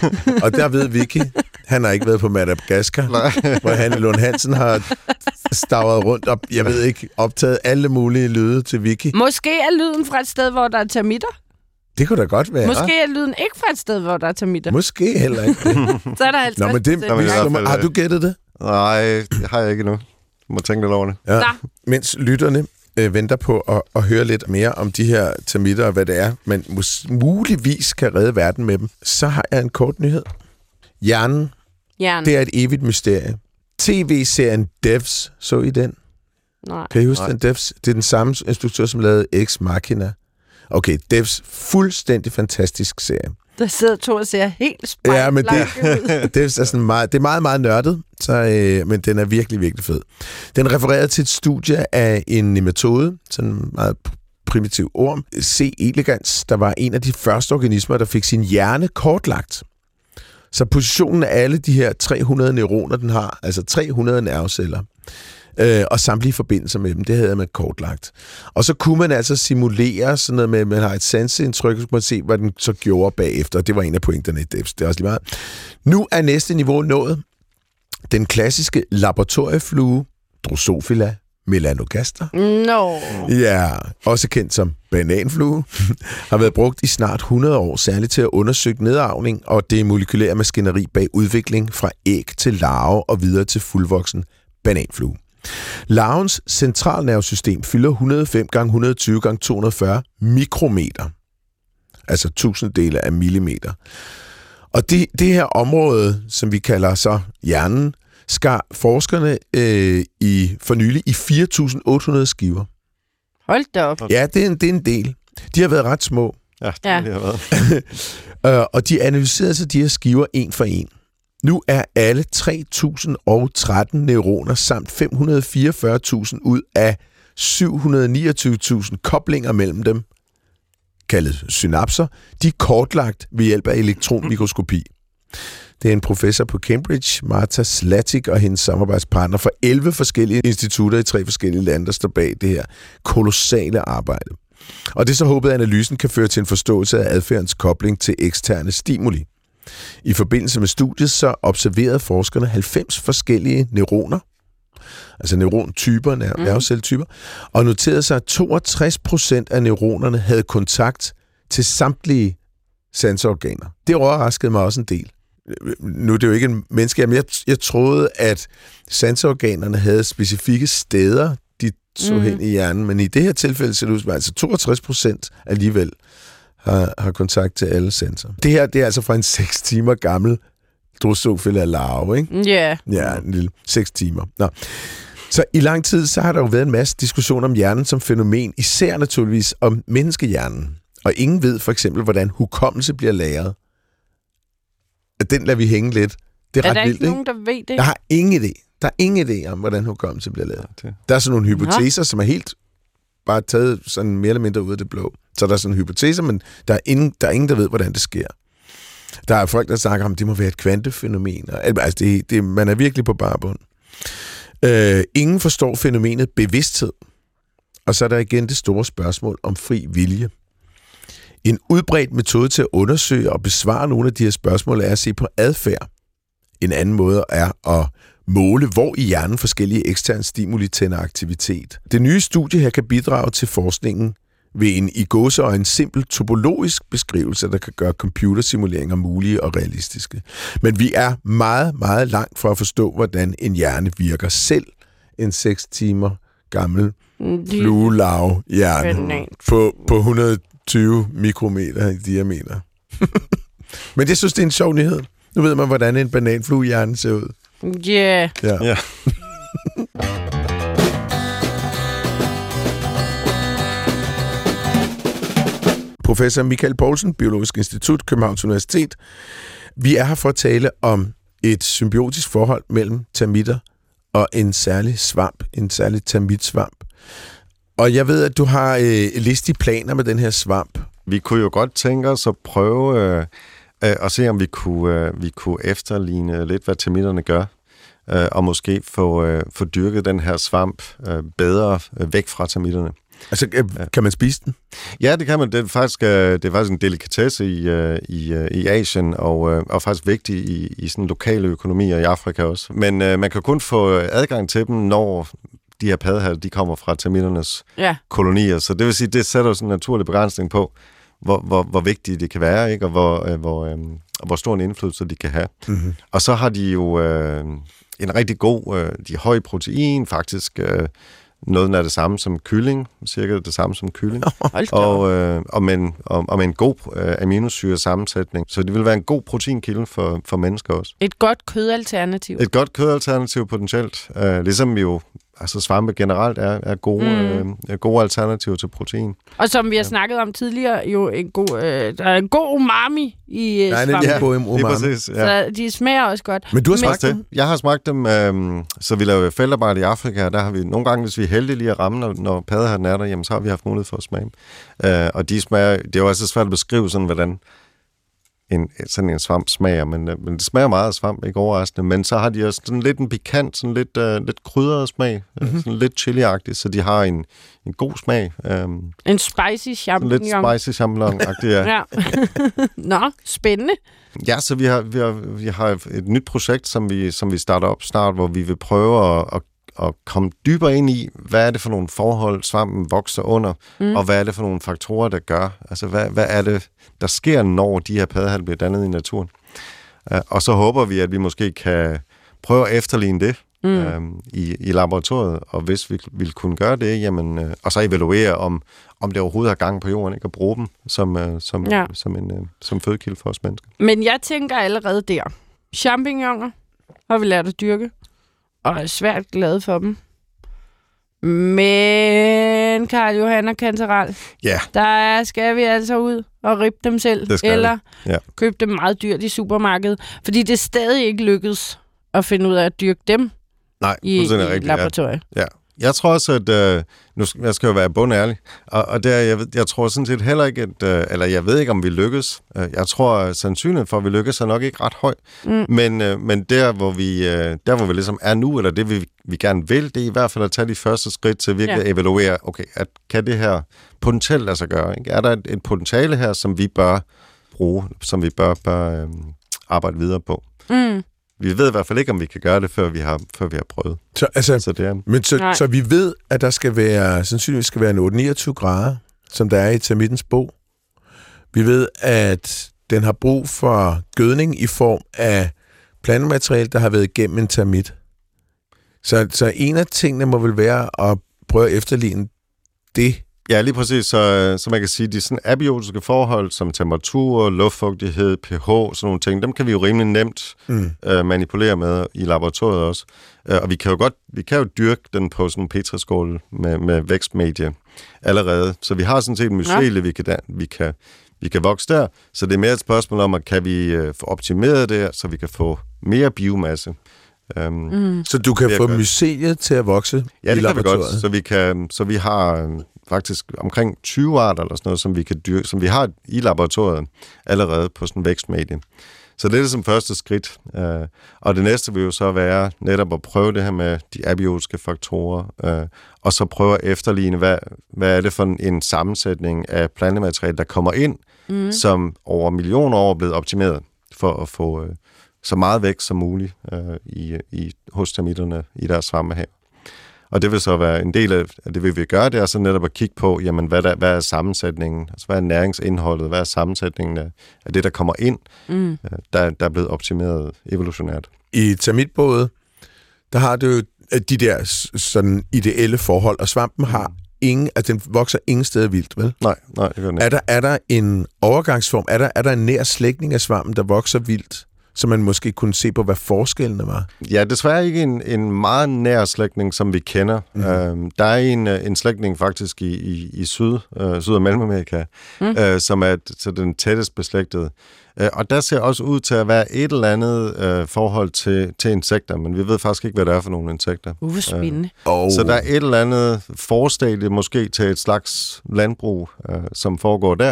C: Og der ved Vicky, han har ikke været på Madagaskar, hvor Hanne Lund Hansen har stavret rundt og, jeg ved ikke, optaget alle mulige lyde til Vicky.
B: Måske er lyden fra et sted, hvor der er termitter.
C: Det kunne da godt være.
B: Måske er lyden ikke fra et sted, hvor der er termitter.
C: Måske heller ikke.
B: Så er der halvtreds.
C: Nå, men det,
D: Nå, men
C: fald, har du gættet det?
D: Nej, det har jeg ikke endnu. Du må tænke lidt over det.
C: Ja. Mens lytterne øh, venter på at, at høre lidt mere om de her termitter og hvad det er, man mus- muligvis kan redde verden med dem, så har jeg en kort nyhed. Hjernen,
B: Hjernen.
C: det er et evigt mysterie. T V-serien Devs, så I den?
B: Nej.
C: Kan I huske
D: Nej.
C: den Devs? Det er den samme instruktør, som lavede Ex Machina. Okay, Devs, fuldstændig fantastisk serie.
B: Der sidder to og ser helt spejl.
C: Ja, men det, det, er sådan meget, det er meget, meget nørdet, så, øh, men den er virkelig, virkelig fed. Den refererer til et studie af en nematode, sådan en meget primitiv orm, C. elegans, der var en af de første organismer, der fik sin hjerne kortlagt. Så positionen af alle de her tre hundrede neuroner, den har, altså tre hundrede nerveceller, øh, og samtlige forbindelser med dem, det havde man kortlagt. Og så kunne man altså simulere sådan noget med, at man har et sanseindtryk, så kunne man se, hvad den så gjorde bagefter. Det var en af pointerne i Devs. Det er også lige meget. Nu er næste niveau nået. Den klassiske laboratorieflue, Drosophila melanogaster.
B: No.
C: Ja, også kendt som bananflue, har været brugt i snart hundrede år, særligt til at undersøge nedarvning og det molekylære maskineri bag udvikling fra æg til larve og videre til fuldvoksen bananflue. Larvens centralnervesystem fylder et hundrede og fem gange et hundrede og tyve gange to hundrede og fyrre mikrometer, altså tusinddele af millimeter. Og det, det her område, som vi kalder så hjernen, skar forskerne øh, i for nylig i fire tusind otte hundrede skiver.
B: Hold da op.
C: Ja, det er, en, det er en del. De har været ret små.
D: Ja, det
B: Ja.
D: har været.
C: øh, og de analyserede så de her skiver en for en. Nu er alle tre tusind og tretten neuroner samt fem hundrede og fireogfyrre tusind ud af syv hundrede og niogtyve tusind koblinger mellem dem, kaldet synapser, de er kortlagt ved hjælp af elektronmikroskopi. Det er en professor på Cambridge, Marta Slatic, og hendes samarbejdspartner fra elleve forskellige institutter i tre forskellige lande, der står bag det her kolossale arbejde. Og det er så håbet, at analysen kan føre til en forståelse af adfærdens kobling til eksterne stimuli. I forbindelse med studiet så observerede forskerne halvfems forskellige neuroner, altså neurontyper, nerv- nervecelletyper, og noterede sig, at toogtres procent af neuronerne havde kontakt til samtlige sanseorganer. Det overraskede mig også en del. Nu er det jo ikke en menneske, men jeg, jeg troede, at sanseorganerne havde specifikke steder, de så mm. hen i hjernen, men i det her tilfælde ser det ud som, altså toogtres procent alligevel har, har kontakt til alle sensorer. Det her, det er altså fra en seks timer gammel Drosophila larve, ikke?
B: Ja.
C: Ja, en lille seks timer. Nå. Så i lang tid, så har der jo været en masse diskussion om hjernen som fænomen, især naturligvis om menneskehjernen. Og ingen ved for eksempel, hvordan hukommelse bliver lagret. Den lader vi hænge lidt. Det er,
B: Er
C: ret
B: der
C: vildt,
B: ikke nogen, der ved det?
C: Jeg har ingen idé. Der er ingen idé om, hvordan hukommelse bliver lavet.
D: det.
C: Der er sådan nogle hypoteser, som er helt bare taget sådan mere eller mindre ud af det blå. Så der er sådan nogle hypoteser, men der er ingen, der, er ingen, der ved, hvordan det sker. Der er folk, der snakker om, at det må være et kvantefænomen. Altså, det, det, man er virkelig på barbund. Øh, ingen forstår fænomenet bevidsthed. Og så er der igen det store spørgsmål om fri vilje. En udbredt metode til at undersøge og besvare nogle af de her spørgsmål er at se på adfærd. En anden måde er at måle, hvor i hjernen forskellige eksterne stimuli tænder aktivitet. Det nye studie her kan bidrage til forskningen ved en i gåseøjne simpel topologisk beskrivelse, der kan gøre computersimuleringer mulige og realistiske. Men vi er meget, meget langt fra at forstå, hvordan en hjerne virker selv. En seks timer gammel fluelarve hjerne på, på et hundrede og tyve mikrometer i diameter. Men jeg synes, det er en sjov nyhed. Nu ved man, hvordan en bananfluehjerne ser ud.
B: Yeah.
C: Ja.
D: Ja.
C: Professor Michael Poulsen, Biologisk Institut, Københavns Universitet. Vi er her for at tale om et symbiotisk forhold mellem termitter og en særlig svamp, en særlig termitsvamp. Og jeg ved, at du har øh, listige planer med den her svamp.
D: vi kunne jo godt tænke os at prøve øh, øh, at se, om vi kunne, øh, vi kunne efterligne lidt, hvad termitterne gør, øh, og måske få, øh, få dyrket den her svamp øh, bedre øh, væk fra termitterne.
C: Altså, kan man spise den?
D: Ja, det kan man. Det er faktisk, det er faktisk en delikatesse i, i, i Asien, og, og faktisk vigtig i, i sådan lokale økonomier i Afrika også. Men uh, man kan kun få adgang til dem, når de her paddehatte, de kommer fra termitternes ja. kolonier. Så det vil sige, det sætter sådan en naturlig begrænsning på, hvor, hvor, hvor vigtige det kan være, ikke? Og hvor, hvor, um, hvor stor en indflydelse de kan have. Mm-hmm. Og så har de jo uh, en rigtig god, uh, de er høj i protein, faktisk uh, noget af det samme som kylling, cirka det samme som kylling, og, øh, og, med en, og, og med en god øh, aminosyre sammensætning. Så det vil være en god proteinkilde for, for mennesker også.
B: Et godt kødalternativ.
D: Et godt kødalternativ potentielt. Øh, ligesom jo, altså svampe generelt er, er gode, mm. øh, gode alternativer til protein.
B: Og som vi har ja. snakket om tidligere, jo en god, øh, der er en god umami i øh,
C: Nej,
B: svampe.
C: Nej, det er umami.
D: Præcis, ja.
B: Så de smager også godt.
C: Men du har smagt
D: det? Jeg har smagt dem, øh, så vi laver feltarbejde i Afrika, der har vi nogle gange, hvis vi er heldige lige at ramme, når, når paddehatten er der, jamen så har vi haft mulighed for at smage dem. Øh, og de smager, det er jo altså svært at beskrive sådan, hvordan en, sådan en svamp smager, men, men det smager meget af svamp, ikke overraskende, men så har de også sådan lidt en pikant, sådan lidt, uh, lidt krydret smag, mm-hmm. sådan lidt chili-agtigt, så de har en, en god smag. Um,
B: en spicy champignon.
D: Lidt spicy champignon-agtigt, ja.
B: ja. Nå, spændende.
D: Ja, så vi har, vi har, vi har et nyt projekt, som vi, som vi starter op snart, hvor vi vil prøve at, at og komme dybere ind i, hvad er det for nogle forhold, svampen vokser under, mm. og hvad er det for nogle faktorer, der gør. Altså, hvad, hvad er det, der sker, når de her paddehatte bliver dannet i naturen. Uh, og så håber vi, at vi måske kan prøve at efterligne det mm. um, i, i laboratoriet, og hvis vi vil kunne gøre det, jamen, uh, og så evaluere, om, om det overhovedet har gang på jorden, ikke? Og bruge dem som, uh, som, ja. som, en, uh, som fødekilde for os mennesker.
B: Men jeg tænker allerede der. Champignoner har vi lært at dyrke, og er svært glad for dem. Men Karl Johan og Kantarel,
D: yeah.
B: der skal vi altså ud og rippe dem selv, eller
D: ja.
B: købe dem meget dyrt i supermarkedet, fordi det stadig ikke lykkedes at finde ud af at dyrke dem
D: Nej,
B: i, i laboratoriet.
D: Ja. ja. Jeg tror også, at øh, nu skal jeg skal jo være bundærlig, og, og der, jeg, jeg tror sådan set heller ikke, at, øh, eller jeg ved ikke, om vi lykkes. Jeg tror, at sandsynligheden for, at vi lykkes, er nok ikke ret høj. Mm. Men, øh, men der, hvor vi, øh, der, hvor vi ligesom er nu, eller det, vi, vi gerne vil, det er i hvert fald at tage de første skridt til virkelig ja. at evaluere, okay, at, kan det her potentielt lade sig gøre? Ikke? Er der et, et potentiale her, som vi bør bruge, som vi bør, bør øh, arbejde videre på? Mm. Vi ved i hvert fald ikke, om vi kan gøre det, før vi har, før vi har prøvet.
C: Så, altså,
D: så, det er...
C: men så, så vi ved, at der skal være, sandsynligvis skal være en otte niogtyve grader, som der er i termittens bo. Vi ved, at den har brug for gødning i form af plantemateriale, der har været igennem en termit. Så, så en af tingene må vel være at prøve at efterligne det.
D: Ja, lige præcis. Så, så man kan sige, at de sådan abiotiske forhold, som temperatur, luftfugtighed, pH, sådan nogle ting, dem kan vi jo rimelig nemt mm. øh, manipulere med i laboratoriet også. Øh, og vi kan jo godt, vi kan jo dyrke den på sådan en petriskål med, med vækstmedie allerede. Så vi har sådan set en mycele, ja. vi, kan, vi, kan, vi kan vokse der. Så det er mere et spørgsmål om, at kan vi øh, få optimeret det, så vi kan få mere biomasse. Um,
C: mm. Så du kan få myceliet til at vokse
D: ja,
C: i
D: det
C: laboratoriet?
D: Ja, det kan vi godt. Så vi, kan, så vi har faktisk omkring tyve arter eller sådan noget, som vi kan dyrke, som vi har i laboratoriet allerede på sådan en vækstmedie. Så det er det som første skridt. Uh, og det næste vil jo så være netop at prøve det her med de abiotiske faktorer, uh, og så prøve at efterligne, hvad, hvad er det for en, en sammensætning af plantemateriale, der kommer ind, mm. som over millioner år er blevet optimeret for at få uh, så meget vækst som muligt uh, i, i, hos termitterne i deres svampehav. Og det vil så være en del af det, vi vil gøre, det er så netop at kigge på, jamen, hvad, der, hvad er sammensætningen, altså hvad er næringsindholdet, hvad er sammensætningen af, af det, der kommer ind, mm. der, der er blevet optimeret evolutionært.
C: I termitbåde, der har du jo de der sådan ideelle forhold, og svampen har ingen, altså den vokser ingen steder vildt, vel?
D: Nej, nej, det gør den ikke.
C: Er der, er der en overgangsform, er der, er der en nær slægtning af svampen, der vokser vildt, så man måske kunne se på, hvad forskellene var?
D: Ja, desværre ikke en, en meget nær slægtning, som vi kender. Mm. Øhm, der er en, en slægtning faktisk i, i, i Syd, øh, Syd- og Mellemamerika, mm. øh, som er så den tættest beslægtede. Øh, og der ser også ud til at være et eller andet øh, forhold til, til insekter, men vi ved faktisk ikke, hvad det er for nogle insekter.
B: Uh, spændende.
D: Øh, oh. Så der er et eller andet forstadie måske til et slags landbrug, øh, som foregår der,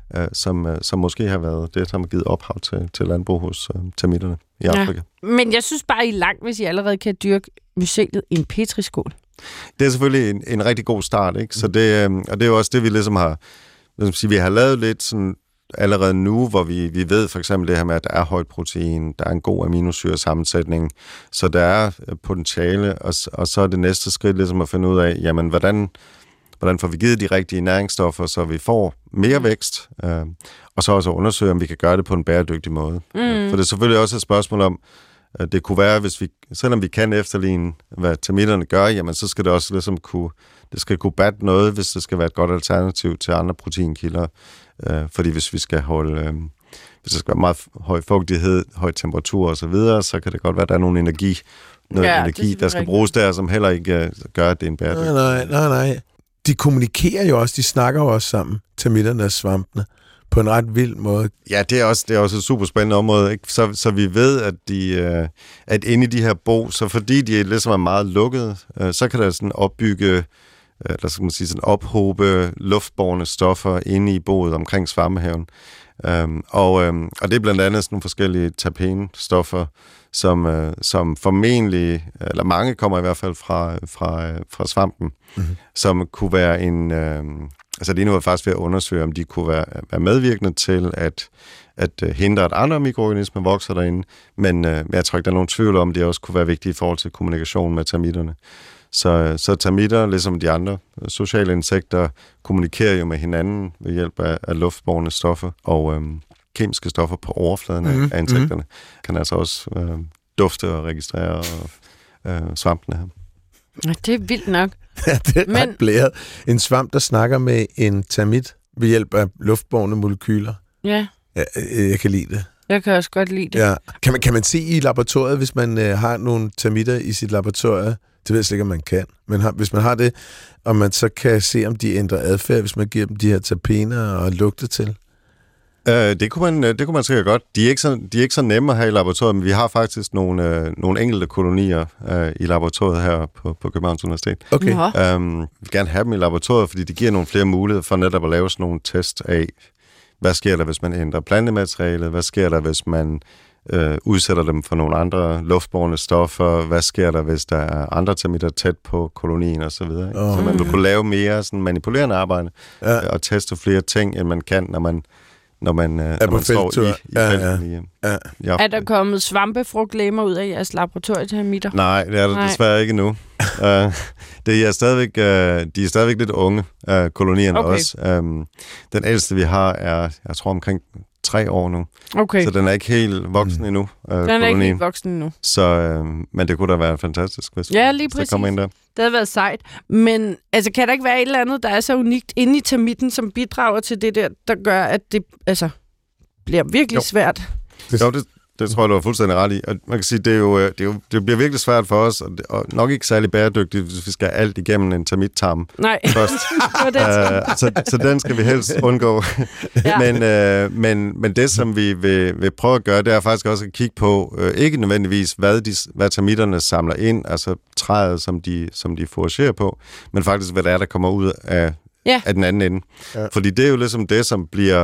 D: øh, som, øh, som måske har været det, som har givet ophav til, til landbrug hos øh, termitterne i Afrika.
B: Ja. Men jeg synes bare, I er langt, hvis I allerede kan dyrke mycelet i en petriskål.
D: Det er selvfølgelig en, en rigtig god start, ikke? Så det, øh, og det er jo også det, vi ligesom har, ligesom sige, vi har lavet lidt sådan allerede nu, hvor vi, vi ved for eksempel det her med, at der er højt protein, der er en god aminosyresammensætning, så der er potentiale, og, og så er det næste skridt ligesom at finde ud af, jamen, hvordan, hvordan får vi givet de rigtige næringsstoffer, så vi får mere vækst, øh, og så også undersøge, om vi kan gøre det på en bæredygtig måde. Mm. For det er selvfølgelig også et spørgsmål om, det kunne være, hvis vi, selvom vi kan efterligne, hvad termitterne gør, jamen så skal det også ligesom kunne, det skal kunne batte noget, hvis det skal være et godt alternativ til andre proteinkilder. Øh, fordi hvis vi skal holde, øh, hvis der skal være meget høj fugtighed, høj temperatur og så videre, så kan det godt være, at der er nogle energi, noget ja, energi, der skal bruges der, som heller ikke øh, gør, at det er en bæredygtig.
C: Nej, nej, nej, nej. De kommunikerer jo også, de snakker jo også sammen, termitterne og svampene, på en ret vild måde.
D: Ja, det er også, det er også et super spændende område, ikke? Så, så vi ved, at, de, øh, at inde i de her bo, så fordi de ligesom er meget lukkede, øh, så kan der sådan opbygge, eller skal man sige, sådan ophobe luftbårne stoffer inde i boet omkring svammehaven. Um, og, um, og det er blandt andet sådan nogle forskellige terpenstoffer, som, uh, som formentlig, eller mange kommer i hvert fald fra, fra, fra svampen, mm-hmm. som kunne være en... Uh, altså lige nu er faktisk ved at undersøge, om de kunne være, være medvirkende til at, at hindre, at andre mikroorganismer vokser derinde, men uh, jeg tror ikke, der er nogen tvivl om, at det også kunne være vigtigt i forhold til kommunikation med termitterne. Så, så termitter, ligesom de andre sociale insekter, kommunikerer jo med hinanden ved hjælp af, af luftbårne stoffer og øhm, kemiske stoffer på overfladen af, mm-hmm. af insekterne. Kan altså også øh, dufte og registrere og, øh, svampene her.
B: Ja, det er vildt nok.
C: Ja, det er ret blæret. En svamp, der snakker med en termit ved hjælp af luftbårne molekyler.
B: Ja.
C: Ja, jeg kan lide det.
B: Jeg kan også godt lide det.
C: Ja. Kan man, kan man se i laboratoriet, hvis man øh, har nogle termitter i sit laboratorium? Det ved jeg slet ikke, om man kan. Men har, hvis man har det, og man så kan se, om de ændrer adfærd, hvis man giver dem de her terpener og lugte til?
D: Uh, det, kunne man, det kunne man sikkert godt. De er ikke så, de er ikke så nemme at have i laboratoriet, men vi har faktisk nogle, uh, nogle enkelte kolonier uh, i laboratoriet her på, på Københavns Universitet.
B: Okay.
D: Um, vi vil gerne have dem i laboratoriet, fordi det giver nogle flere muligheder for netop at lave sådan nogle test af, hvad sker der, hvis man ændrer plantematerialet, hvad sker der, hvis man øh, udsætter dem for nogle andre luftbårne stoffer, hvad sker der, hvis der er andre termitter tæt på kolonien og så videre. Oh, så man vil kunne lave mere sådan manipulerende arbejde ja. øh, og teste flere ting, end man kan, når man når man, øh, når man står i, i
C: ja,
D: felten.
C: Ja.
D: Ja. Ja.
B: Er der kommet svampefrugtlemmer ud af jeres laboratorietermitter?
D: Nej, det er der Nej. desværre ikke endnu. uh, det er stadigvæk, uh, de er stadigvæk lidt unge, uh, kolonierne okay. også. Um, den ældste, vi har, er, jeg tror, omkring tre år nu.
B: Okay.
D: Så den er ikke helt voksen mm. endnu. Uh,
B: den er kolonien. ikke helt voksen endnu.
D: Så, uh, men det kunne da være fantastisk, hvis
B: ja, lige præcis.
D: der kommer ind der.
B: Det havde været sejt. Men altså, kan der ikke være et eller andet, der er så unikt inde i termitten, som bidrager til det der, der gør, at det altså, bliver virkelig jo. svært?
D: Jo, det, det tror jeg, du har fuldstændig ret i. Og man kan sige, det, er jo, det, er jo, det bliver virkelig svært for os, og, det, og nok ikke særlig bæredygtigt, hvis vi skal alt igennem en termittarm
B: Nej.
D: først. uh, så, så den skal vi helst undgå. ja. men, uh, men, men det, som vi vil, vil prøve at gøre, det er faktisk også at kigge på, uh, ikke nødvendigvis, hvad, de, hvad termitterne samler ind, altså træet, som de, som de foragerer på, men faktisk, hvad der er, der kommer ud af, ja. af den anden ende. Ja. Fordi det er jo ligesom det, som bliver...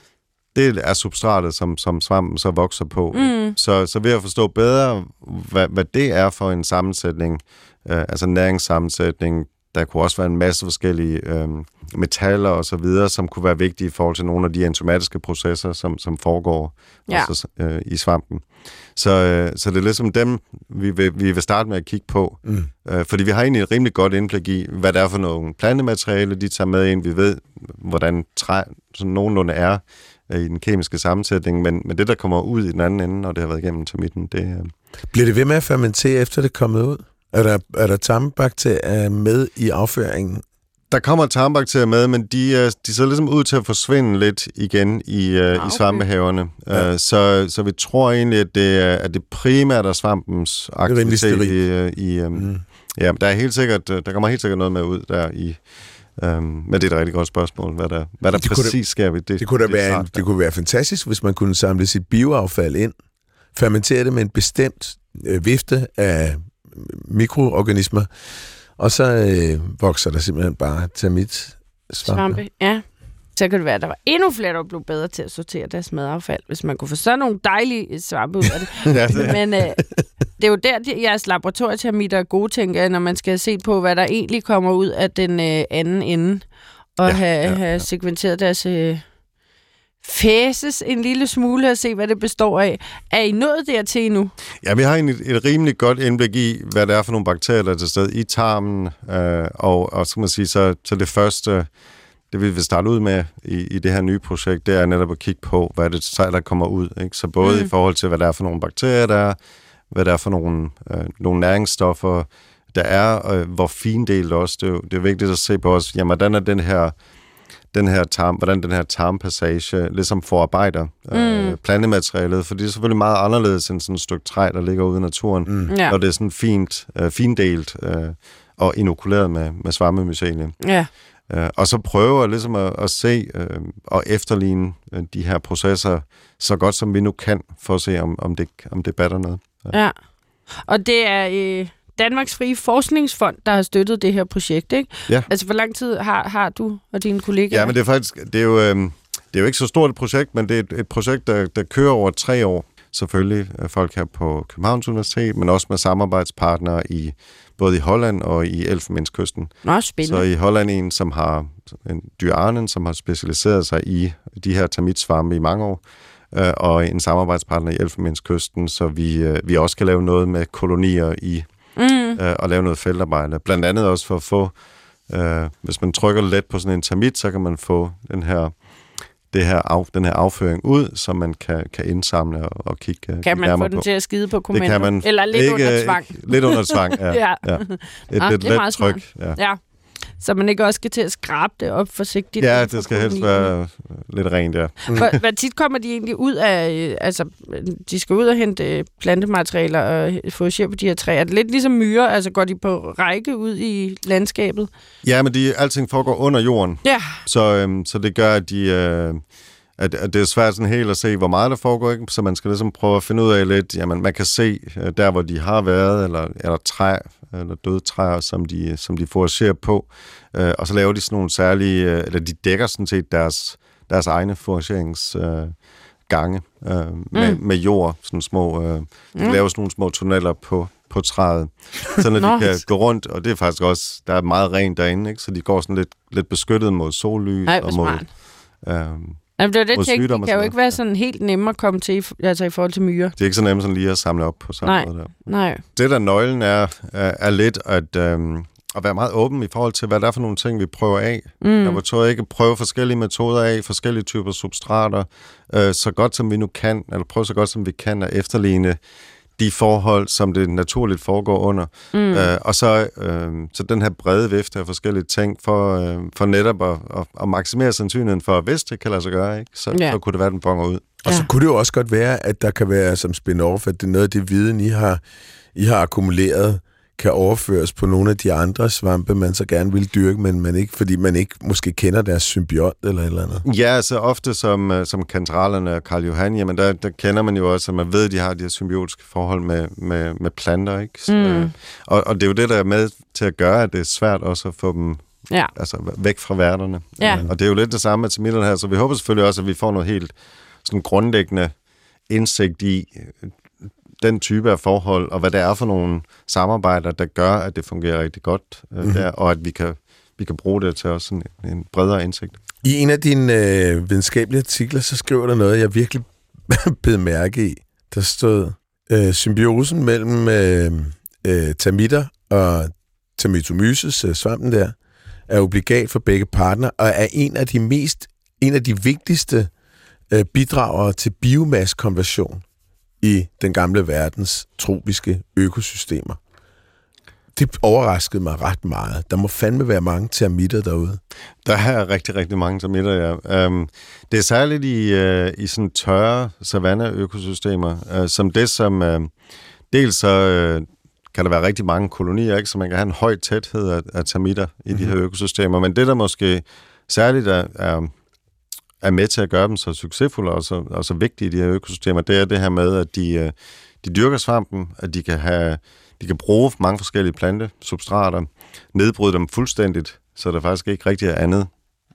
D: Det er substratet, som, som svampen så vokser på. Mm. Så, så ved at forstå bedre, hvad, hvad det er for en sammensætning, øh, altså næringssammensætning, der kunne også være en masse forskellige øh, metaller og så videre, som kunne være vigtige i forhold til nogle af de enzymatiske processer, som, som foregår ja. også, øh, i svampen. Så, øh, så det er ligesom dem, vi vil, vi vil starte med at kigge på. Mm. Øh, fordi vi har egentlig et rimelig godt indblik i, hvad det er for nogle plantemateriale, de tager med ind. Vi ved, hvordan træ sådan nogenlunde er i den kemiske sammensætning, men, men det, der kommer ud i den anden ende, når det har været igennem termitten, det er...
C: Bliver det ved med at fermentere, efter det er kommet ud? Er der, er der tarmbakterier med i afføringen?
D: Der kommer tarmbakterier med, men de, de ser ligesom ud til at forsvinde lidt igen i, ah, okay. i svampehaverne. Ja. Uh, så, så vi tror egentlig, at det er, at det primært er svampens aktivitet i... i um, mm. Ja, der er helt sikkert, der kommer helt sikkert noget med ud der i... Um, men det er et rigtig godt spørgsmål, hvad der, hvad der det præcis det, sker ved det.
C: Det kunne, det, være en, det kunne være fantastisk, hvis man kunne samle sit bioaffald ind, fermentere det med en bestemt øh, vifte af mikroorganismer, og så øh, vokser der simpelthen bare termit svampe.
B: Ja. så kan det være, at der var endnu flere, der blev bedre til at sortere deres madaffald, hvis man kunne få sådan nogle dejlige svampe ud af det. ja, det. Men øh, det er jo der, de, jeres laboratorietermitter er gode, tænker jeg, når man skal se på, hvad der egentlig kommer ud af den øh, anden ende, og ja, have, ja, ja. have sekventeret deres øh, fæses en lille smule og se, hvad det består af. Er I nået dertil nu?
D: Ja, vi har et, et rimelig godt indblik i, hvad det er for nogle bakterier, der er til stede i tarmen, øh, og, og så man sige, så, så det første, det vi vil starte ud med i, i det her nye projekt, det er netop at kigge på, hvad det er, der kommer ud. Ikke? Så både mm. i forhold til, hvad det er for nogle bakterier, der er, hvad det er for nogle, øh, nogle næringsstoffer, der er, og hvor findelt også. Det er, det er vigtigt at se på os, jamen, hvordan er den her den her tarm, hvordan den her tarmpassage ligesom forarbejder mm. øh, plantematerialet, for det er selvfølgelig meget anderledes end sådan et stykke træ, der ligger ude i naturen, mm. ja. Og det er sådan fint, øh, findelt øh, og inokuleret med, med svampemycelie.
B: Ja.
D: Øh, og så prøve ligesom at, at se øh, og efterligne øh, de her processer så godt som vi nu kan, for at se, om, om, det, om det batter noget.
B: Ja. ja. Og det er øh, Danmarks Frie Forskningsfond, der har støttet det her projekt, ikke?
D: Ja.
B: Altså, hvor lang tid har, har du og dine kollegaer?
D: Ja, men det er faktisk, det er jo, øh, det er jo ikke så stort et projekt, men det er et, et projekt, der, der kører over tre år. Selvfølgelig folk her på Københavns Universitet, men også med samarbejdspartnere i både i Holland og i Elfenbenskysten.
B: Nå, spændende.
D: Så i Holland en, som har en Dyrarnen, som har specialiseret sig i de her termitsvampe i mange år, øh, og en samarbejdspartner i Elfenbenskysten, så vi, øh, vi også kan lave noget med kolonier i mm. øh, og lave noget feltarbejde. Blandt andet også for at få, øh, hvis man trykker let på sådan en termit, så kan man få den her det her af, den her afføring ud, som man kan, kan indsamle og, og kigge
B: Kan kigge man få den på. Til at skide på kommando?
D: Det kan man
B: Eller lidt
D: ikke,
B: under tvang?
D: Ikke, lidt under tvang, ja. ja. ja. Et
B: ah,
D: lidt let tryk.
B: Ja. ja. Så man ikke også skal til at skrabe det op forsigtigt?
D: Ja, det skal helst være lidt rent, ja.
B: Hvor, hvor tit kommer de egentlig ud af... Altså, de skal ud og hente plantematerialer og få share på de her træer. Er det lidt ligesom myrer? Altså, går de på række ud i landskabet?
D: Ja, men de, alting foregår under jorden.
B: Ja.
D: Så, øhm, så det gør, at de... Øh, At, at det er svært sådan helt at se, hvor meget der foregår, ikke? Så man skal ligesom prøve at finde ud af lidt, jamen man kan se der, hvor de har været, eller, eller træ, eller døde træer, som de, som de foragerer på, øh, og så laver de sådan nogle særlige, øh, eller de dækker sådan set deres, deres egne forageringsgange øh, øh, mm. med, med jord, sådan små, øh, de mm. laver sådan nogle små tunneller på, på træet, så når de kan gå rundt, og det er faktisk også, der er meget rent derinde, ikke? Så de går sådan lidt, lidt beskyttet mod sollys.
B: Ej,
D: og mod... Øh,
B: Jamen, det er det, tænkt. Det kan jo ikke være sådan helt nemmere at komme til, altså i forhold til myrer.
D: Det er ikke så nemt sådan lige at samle op på samme
B: nej,
D: måde der.
B: Nej.
D: Det der nøglen er, er, er lidt at, øhm, at være meget åben i forhold til, hvad der er for nogle ting, vi prøver af. Mm. Laboratoriet ikke prøve forskellige metoder af, forskellige typer substrater, øh, så godt som vi nu kan, eller prøve så godt som vi kan at efterligne de forhold, som det naturligt foregår under. Mm. Øh, og så, øh, så den her brede vifte af forskellige ting, for, øh, for netop at, at, at maksimere sandsynligheden for, at hvis det kan lade sig gøre, ikke? Så, ja. så kunne det være, den bonger ud.
C: Og så kunne det jo også godt være, at der kan være som spin-off, at det er noget af det viden, I har, I har akkumuleret, kan overføres på nogle af de andre svampe, man så gerne vil dyrke, men man ikke, fordi man ikke måske kender deres symbiont eller et eller andet.
D: Ja, så altså ofte som, som kantarellerne og Karl Johan, jamen der, der kender man jo også, at man ved, at de har de her symbiotiske forhold med, med, med planter, ikke? Så, mm. og, og det er jo det, der er med til at gøre, at det er svært også at få dem ja. altså, væk fra værterne.
B: Ja.
D: Og det er jo lidt det samme med termitterne her, så vi håber selvfølgelig også, at vi får noget helt sådan grundlæggende indsigt i den type af forhold, og hvad det er for nogle samarbejder, der gør, at det fungerer rigtig godt, øh, mm-hmm. der, og at vi kan, vi kan bruge det til også en, en bredere indsigt.
C: I en af dine øh, videnskabelige artikler, så skriver der noget, jeg virkelig bed mærke i. Der stod, øh, symbiosen mellem øh, øh, termitter og Termitomyces, øh, svampen der, er obligat for begge partner, og er en af de mest, en af de vigtigste øh, bidragere til biomassekonversion i den gamle verdens tropiske økosystemer. Det overraskede mig ret meget. Der må fandme være mange termitter derude.
D: Der er rigtig, rigtig mange termitter, ja. Um, det er særligt i, uh, i sådan tørre savanne-økosystemer, uh, som det, som uh, dels så uh, kan der være rigtig mange kolonier, ikke? Så man kan have en høj tæthed af, af termitter i mm-hmm. de her økosystemer, men det, der måske særligt er, er er med til at gøre dem så succesfulde og så, og så vigtige i de her økosystemer, det er det her med, at de, de dyrker svampen, at de kan, have, de kan bruge mange forskellige plantesubstrater, nedbryde dem fuldstændigt, så der faktisk ikke rigtig er andet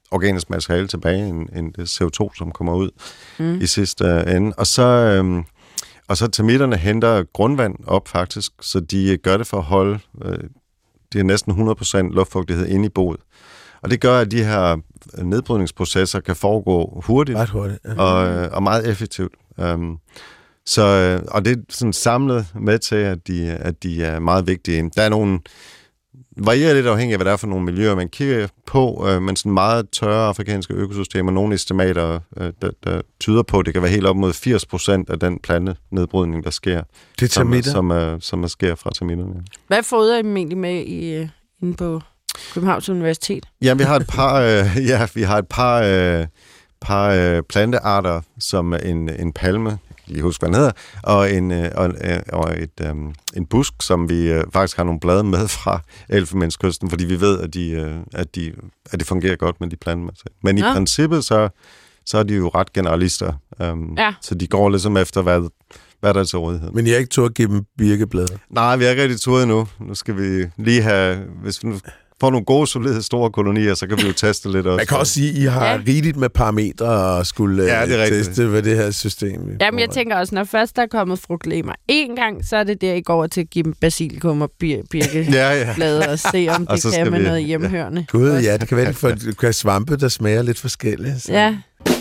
D: organisk materiale tilbage, end, end det C O to, som kommer ud mm. i sidste ende. Og så, øhm, og så termitterne henter grundvand op faktisk, så de gør det for at holde øh, det er næsten hundrede procent luftfugtighed inde i boet. Og det gør, at de her nedbrydningsprocesser kan foregå hurtigt,
C: Ret hurtigt ja.
D: og, og meget effektivt. Um, så, og det er sådan samlet med til, at de, at de er meget vigtige. Der er nogle varierer lidt afhængig af, hvad der er for nogle miljøer, man kigger på, øh, men sådan meget tørre afrikanske økosystemer, nogle estimater, øh, der, der tyder på, at det kan være helt op mod firs procent af den plantenedbrydning, der sker.
C: Det er termitter?
D: Som, som, er, som er sker fra termitterne.
B: Hvad fodrer I dem egentlig med i, uh, inde på Københavns Universitet?
D: Ja, vi har et par, øh, ja, vi har et par, øh, par øh, plantearter, som en, en palme, jeg huske, hvad den hedder, og en, øh, og, øh, og et, øh, en busk, som vi øh, faktisk har nogle blade med fra Elfenbenskysten, fordi vi ved, at, de, øh, at, de, at det fungerer godt med de planter. Men ja. i princippet, så, så er de jo ret generalister. Um, ja. Så de går ligesom efter, hvad, hvad der er til rådighed.
C: Men jeg har ikke turde at give dem birkeblade?
D: Nej, vi har ikke rigtig turet endnu. Nu skal vi lige have... Hvis vi nu får nogle gode, solide, store kolonier, så kan vi jo teste lidt også.
C: Jeg kan også sige, at I har ja. rigeligt med parametre og skulle ja, det teste, hvad det her system...
B: Jamen, jeg tænker også, når først der er kommet frugtlemer en gang, så er det der, I går over til at give dem basilikum og birkeblade ja, ja. og se, om det kan med vi... noget hjemmehørende.
C: Ja. Gud, ja, det kan være, for det kan svampe, der smager lidt forskelligt. Så.
B: Ja.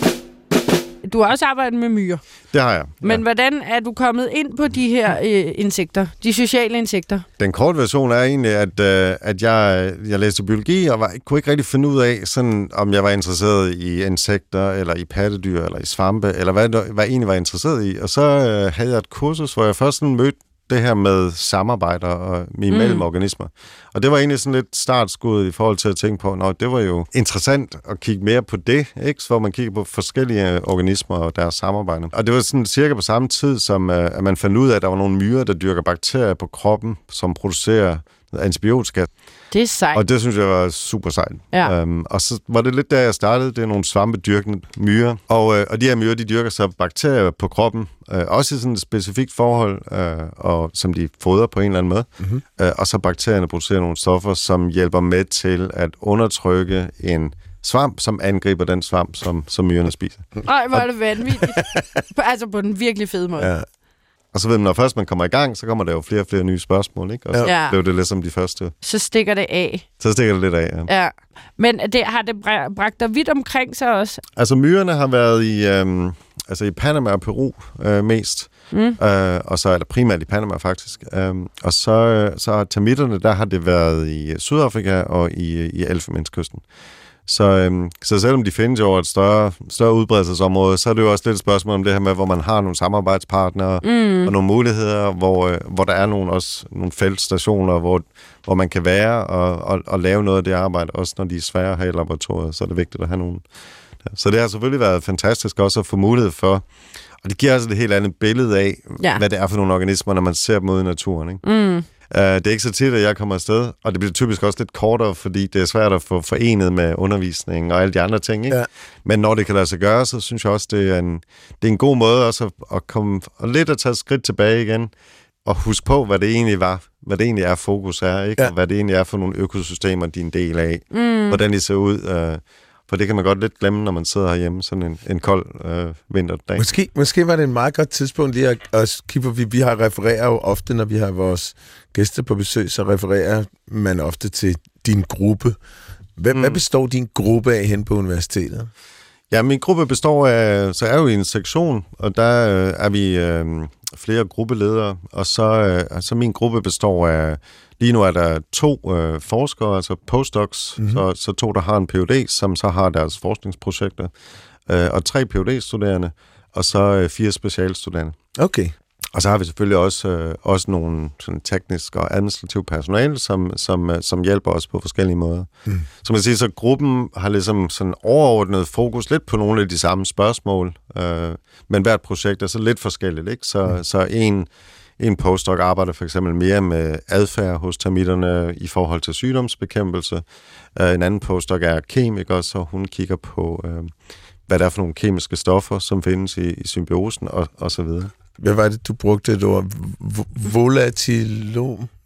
B: Du har også arbejdet med myrer.
D: Det har jeg.
B: Men ja. hvordan er du kommet ind på de her øh, insekter, de sociale insekter?
D: Den korte version er egentlig, at, øh, at jeg, jeg læste biologi, og var, kunne ikke rigtig finde ud af, sådan, om jeg var interesseret i insekter, eller i pattedyr, eller i svampe, eller hvad, hvad jeg egentlig var interesseret i. Og så øh, havde jeg et kursus, hvor jeg først sådan mødte det her med samarbejder og imellem mm. organismer. Og det var egentlig sådan lidt startskud i forhold til at tænke på, nå, det var jo interessant at kigge mere på det, ikke? Hvor man kigger på forskellige organismer og deres samarbejde. Og det var sådan cirka på samme tid, som at man fandt ud af, at der var nogle myrer, der dyrker bakterier på kroppen, som producerer antibiotika.
B: Det er sejt.
D: Og det synes jeg var super sejt.
B: Ja.
D: Um, og så var det lidt der, jeg startede. Det er nogle svampedyrkende myrer. Og, øh, og de her myrer, de dyrker så bakterier på kroppen. Øh, også i sådan et specifikt forhold, øh, og, som de fodrer på en eller anden måde. Mm-hmm. Øh, og så bakterierne producerer nogle stoffer, som hjælper med til at undertrykke en svamp, som angriber den svamp, som, som myrerne spiser.
B: Ej, hvor er det vanvittigt. Altså på den virkelig fede måde. Ja.
D: Og så ved man, når først man kommer i gang, så kommer der jo flere og flere nye spørgsmål, ikke? Og så ja. blev det ligesom de første.
B: Så stikker det af.
D: Så stikker det lidt af, ja.
B: ja. Men det, har det bragt dig vidt omkring sig også?
D: Altså, myrerne har været i, øhm, altså i Panama og Peru øh, mest. Mm. Øh, og så er der primært i Panama, faktisk. Øhm, og så, øh, så har termitterne, der har det været i Sydafrika og i, i Elfenbenskysten. Så, øhm, så selvom de findes over et større, større udbredelsesområde, så er det jo også lidt et spørgsmål om det her med, hvor man har nogle samarbejdspartnere mm. og nogle muligheder, hvor, øh, hvor der er nogle, også nogle feltstationer, hvor, hvor man kan være og, og, og lave noget af det arbejde, også når de er svære at have i laboratoriet, så er det vigtigt at have nogen. Så det har selvfølgelig været fantastisk også at få mulighed for, og det giver altså et helt andet billede af, ja. hvad det er for nogle organismer, når man ser dem ude i naturen, ikke? Mm. Uh, det er ikke så tit, at jeg kommer afsted, og det bliver typisk også lidt kortere, fordi det er svært at få forenet med undervisning og alle de andre ting, ikke? Ja. Men når det kan lade sig gøre, så synes jeg også, det er en, det er en god måde også at, at komme og lidt at tage et skridt tilbage igen, og huske på, hvad det egentlig var, hvad det egentlig er, fokus er, ikke? Ja. Og hvad det egentlig er for nogle økosystemer, de er en del af, mm. hvordan de ser ud. Uh, For det kan man godt lidt glemme, når man sidder herhjemme sådan en, en kold øh, vinterdag.
C: Måske, måske var det en meget godt tidspunkt lige at, at kigge på, vi, vi har refererer jo ofte, når vi har vores gæster på besøg, så refererer man ofte til din gruppe. Hvad, mm. hvad består din gruppe af hen på universitetet?
D: Ja, min gruppe består af, så er jo i en sektion, og der øh, er vi øh, flere gruppeledere, og så, øh, så min gruppe består af, lige nu er der to øh, forskere, altså postdocs, mm-hmm. så, så to, der har en P H D, som så har deres forskningsprojekter, øh, og tre P H D-studerende, og så øh, fire specialstuderende.
C: Okay.
D: Og så har vi selvfølgelig også, øh, også nogle sådan, teknisk og administrativ personale, som, som, øh, som hjælper os på forskellige måder. Mm. Så man siger, så gruppen har ligesom sådan overordnet fokus lidt på nogle af de samme spørgsmål, øh, men hvert projekt er så lidt forskelligt, ikke? Så, mm. så en, en postdoc arbejder for eksempel mere med adfærd hos termitterne i forhold til sygdomsbekæmpelse. Øh, en anden postdoc er kemiker, så hun kigger på, øh, hvad der er for nogle kemiske stoffer, som findes i, i symbiosen og, og så videre.
C: Hvad var det, du brugte et ord? Volatilom?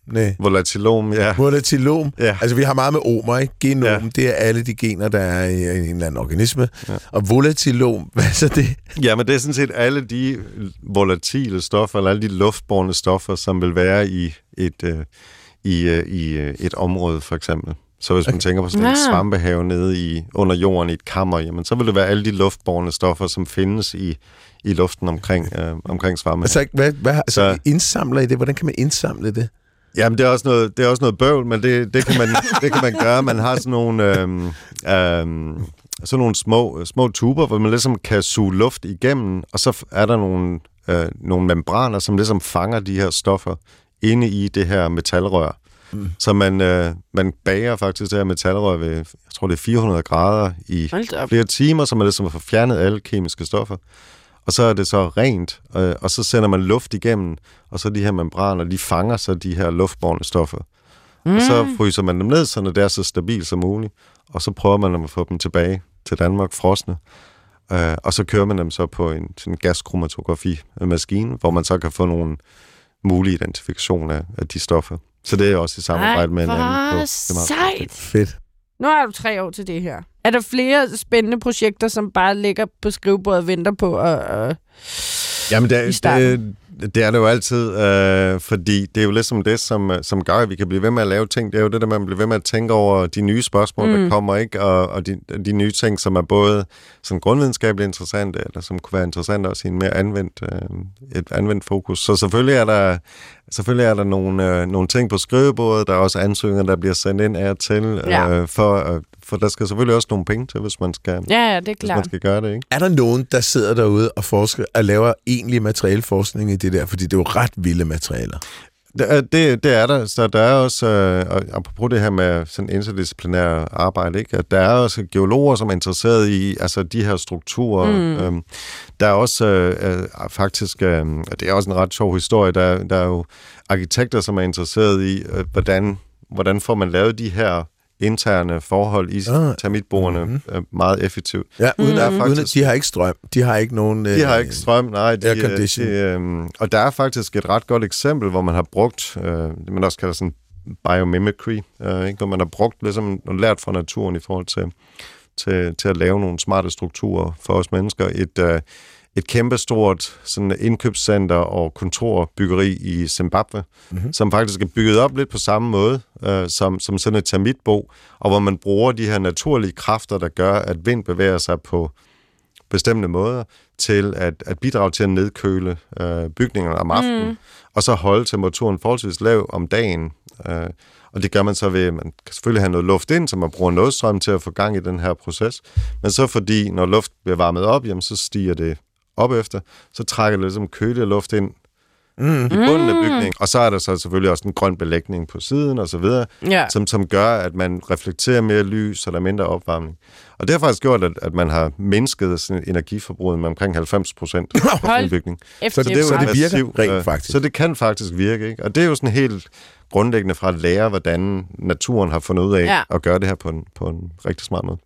C: Nej.
D: Volatilom, ja.
C: Volatilom.
D: Ja.
C: Altså, vi har meget med omer, ikke? Genom, ja. Det er alle de gener, der er i en eller anden organisme. Ja. Og volatilom, hvad er så det?
D: Ja, men det er sådan set alle de volatile stoffer, eller alle de luftbårne stoffer, som vil være i et, øh, i, øh, i øh, et område, for eksempel. Så hvis man okay. tænker på sådan en ja. svampehave nede i, under jorden i et kammer, jamen, så vil det være alle de luftbårne stoffer, som findes i, i luften omkring, øh, omkring svampe.
C: Altså, hvad, hvad, altså, så, indsamler I det? Hvordan kan man indsamle det?
D: Jamen, det er også noget, det er også noget bøvl, men det, det, kan man, det kan man gøre. Man har sådan nogle, øhm, øhm, sådan nogle små, små tuber, hvor man ligesom kan suge luft igennem, og så er der nogle, øh, nogle membraner, som ligesom fanger de her stoffer inde i det her metalrør. Mm. Så man, øh, man bager faktisk det her metalrør ved, jeg tror det er fire hundrede grader i flere timer, så man ligesom får fjernet alle kemiske stoffer. Og så er det så rent, øh, og så sender man luft igennem, og så de her membraner, de fanger så de her luftbårne stoffer. Mm. Og så fryser man dem ned, så det er så stabilt som muligt, og så prøver man at få dem tilbage til Danmark frosne. Øh, og så kører man dem så på en, en gaskromatografi-maskine, hvor man så kan få nogle mulige identifikation af, af de stoffer. Så det er også i samarbejde Ej, med en anden. På
B: sejt!
C: Fedt.
B: Nu har du tre år til det her. Er der flere spændende projekter, som bare ligger på skrivebordet og venter på at... Uh,
D: Jamen, det, det, det er det jo altid, øh, fordi det er jo ligesom det, som, som gør, at vi kan blive ved med at lave ting. Det er jo det, der man bliver ved med at tænke over de nye spørgsmål, mm. der kommer, ikke? Og, og de, de nye ting, som er både sådan grundvidenskabeligt interessante, eller som kunne være interessante også i en mere anvendt, øh, et anvendt fokus. Så selvfølgelig er der, selvfølgelig er der nogle, øh, nogle ting på skrivebordet. Der er også ansøgninger, der bliver sendt ind af og til, ja. øh, for, øh, for der skal selvfølgelig også nogle penge til, hvis man skal,
B: ja, ja, det er klart.
D: Hvis man skal gøre det, ikke?
C: Er der nogen, der sidder derude og forsker og laver egentlig materialeforskning i det der? Fordi det er jo ret vilde materialer.
D: Det, det, det er der. Så der er også, øh, apropos det her med sådan interdisciplinær arbejde, ikke? At der er også geologer, som er interesseret i altså de her strukturer. Mm. Øhm, der er også øh, faktisk, øh, det er også en ret sjov historie, der, der er jo arkitekter, som er interesseret i, øh, hvordan, hvordan får man lavet de her interne forhold i ah. termitbordene mm-hmm. meget effektivt.
C: Ja, uden, mm-hmm. faktisk, uden, de har ikke strøm. De har ikke nogen...
D: De har ikke strøm, nej. De, de, øh, og der er faktisk et ret godt eksempel, hvor man har brugt, øh, det man også kalder sådan biomimicry, øh, ikke? Hvor man har brugt, ligesom lært fra naturen i forhold til, til, til at lave nogle smarte strukturer for os mennesker. Et, øh, et kæmpestort sådan indkøbscenter og kontorbyggeri i Zimbabwe, mm-hmm. som faktisk er bygget op lidt på samme måde øh, som, som sådan et termitbo, og hvor man bruger de her naturlige kræfter, der gør, at vind bevæger sig på bestemte måder til at, at bidrage til at nedkøle øh, bygningerne om aftenen, mm. og så holde temperaturen forholdsvis lav om dagen. Øh, og det gør man så ved, at man kan selvfølgelig have noget luft ind, så man bruger noget strøm til at få gang i den her proces, men så fordi, når luft bliver varmet op, jamen, så stiger det op efter, så trækker det ligesom kølig luft ind mm. i bunden af bygningen. Og så er der så selvfølgelig også en grøn belægning på siden og så videre, yeah. som, som gør, at man reflekterer mere lys, og der er mindre opvarmning. Og det har faktisk gjort, at, at man har mindsket sådan energiforbruget med omkring halvfems procent på en bygning.
C: Så det, så det virker rent faktisk.
D: Så det kan faktisk virke, ikke? Og det er jo sådan helt grundlæggende fra at lære, hvordan naturen har fundet ud af ja. at gøre det her på en, på en rigtig smart måde.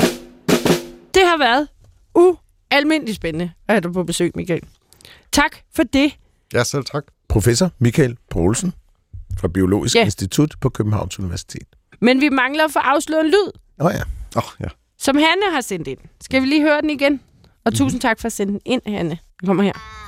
B: Det har været uh. almindeligt spændende at have dig på besøg, Michael. Tak for det.
D: Ja, selv tak.
C: Professor Michael Poulsen fra Biologisk yeah. Institut på Københavns Universitet.
B: Men vi mangler at få afsløret en lyd.
C: Åh oh, ja.
D: Oh, ja.
B: Som Hanne har sendt ind. Skal vi lige høre den igen? Og mm-hmm. tusind tak for at sende den ind, Hanne. Den kommer her.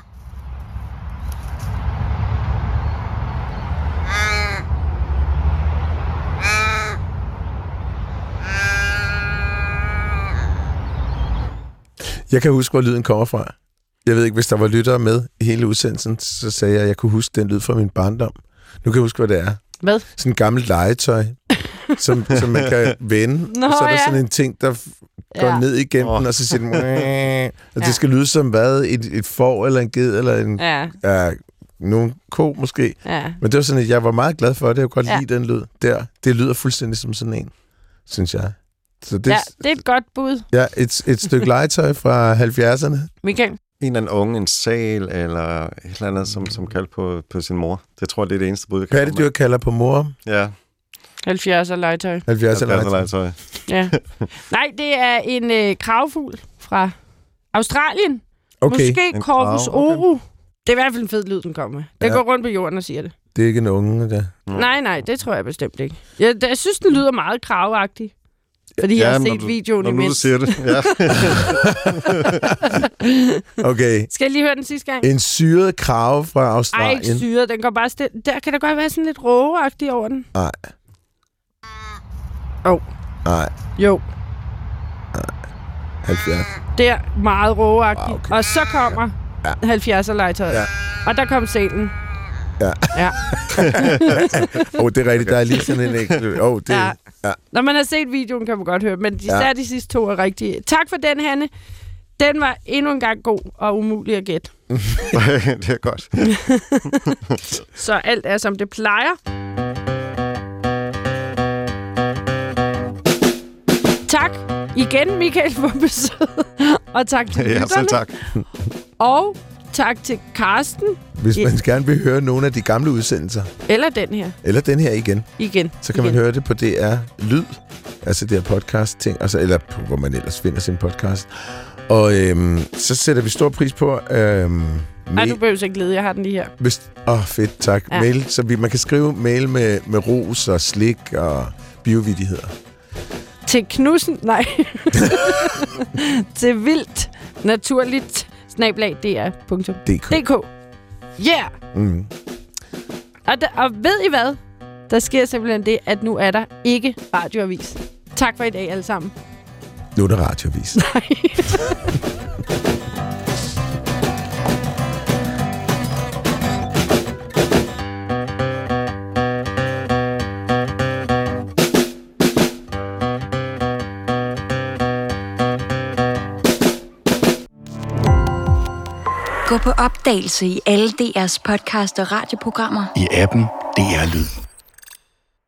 C: Jeg kan huske, hvor lyden kommer fra. Jeg ved ikke, hvis der var lyttere med i hele udsendelsen, så sagde jeg, at jeg kunne huske den lyd fra min barndom. Nu kan jeg huske, hvad det er. Hvad? Sådan et gammelt legetøj, som, som man kan vende. Nå, og så er der ja. sådan en ting, der går ja. ned igennem oh. den, og så siger den... og ja. det skal lyde som hvad? Et, et får, eller en ged, eller en... Ja. Ja, nogen ko måske. Ja. Men det var sådan, at jeg var meget glad for det. Jeg kunne godt ja. lide den lyd der. Det lyder fuldstændig som sådan en, synes jeg. Så det,
B: ja, det er et godt bud.
C: Ja, et, et stykke legetøj fra halvfjerdserne.
B: Michael?
D: En eller anden unge, en sal, eller et eller andet, som, som kalder på, på sin mor. Det tror jeg, det er det eneste bud, jeg kan.
C: Pattedyr kalder på mor?
D: Ja.
B: halvfjerdser legetøj.
C: halvfjerdser legetøj.
B: Ja. Nej, det er en øh, kravfugl fra Australien.
C: Okay.
B: Måske Corvus okay. oru. Det er i hvert fald en fed lyd, den kommer med. Den ja. går rundt på jorden og siger det.
C: Det er ikke en unge, der...
B: Nej, nej, det tror jeg bestemt ikke. Jeg, jeg synes, den lyder meget kravagtig. Fordi ja, jeg har set
D: du,
B: videoen imens.
D: Når du siger det, ja.
C: Okay.
B: Skal jeg lige høre den sidste gang?
C: En syret krave fra
B: Ej,
C: Australien.
B: ikke syret. Den går bare stille. Der kan der godt være sådan lidt rågeagtig over den.
C: Nej.
B: Åh. Oh.
C: Nej.
B: Jo.
C: halvfjerds.
B: Det er meget rågeagtigt.
C: Ah, okay.
B: Og så kommer
C: Ja.
B: halvfjerdser-legetøjet.
C: Ja.
B: Og der kom selen.
C: Ja.
B: Ja.
C: Åh, oh, det er rigtigt. Der er lige sådan en enkelt... Åh, oh, det...
B: Ja.
C: Ja.
B: Når man har set videoen, kan man godt høre. Men især
C: Ja.
B: de sidste to er rigtige. Tak for den, Hanne. Den var endnu en gang god og umulig at gætte.
D: Det er godt.
B: Så alt er, som det plejer. Tak igen, Michael, for besøget. Og tak til lytterne.
D: Ja, selv tak.
B: Og tak til Karsten.
C: Hvis man gerne vil høre nogle af de gamle udsendelser,
B: Eller den her.
C: eller den her igen,
B: Igen.
C: så kan
B: igen.
C: man høre det på D R Lyd, altså det her podcast-ting, altså, eller på, hvor man ellers finder sin podcast. Og øhm, så sætter vi stor pris på... Øhm,
B: Ej, du behøver ikke lede. Jeg har den lige her.
C: Hvis, åh, fedt, tak.
B: Ja.
C: Mail, så vi, man kan skrive mail med, med ros og slik og biovidigheder.
B: Til Knudsen, nej. til vildt naturligt snablag dr punktum d k. Yeah!
C: Mm.
B: Og, der, og ved I hvad? Der sker simpelthen det, at nu er der ikke radioavis. Tak for i dag alle sammen.
C: Nu er der radioavis.
B: Nej.
A: Gå på opdagelse i alle D R's podcast og radioprogrammer.
E: I appen D R Lyd.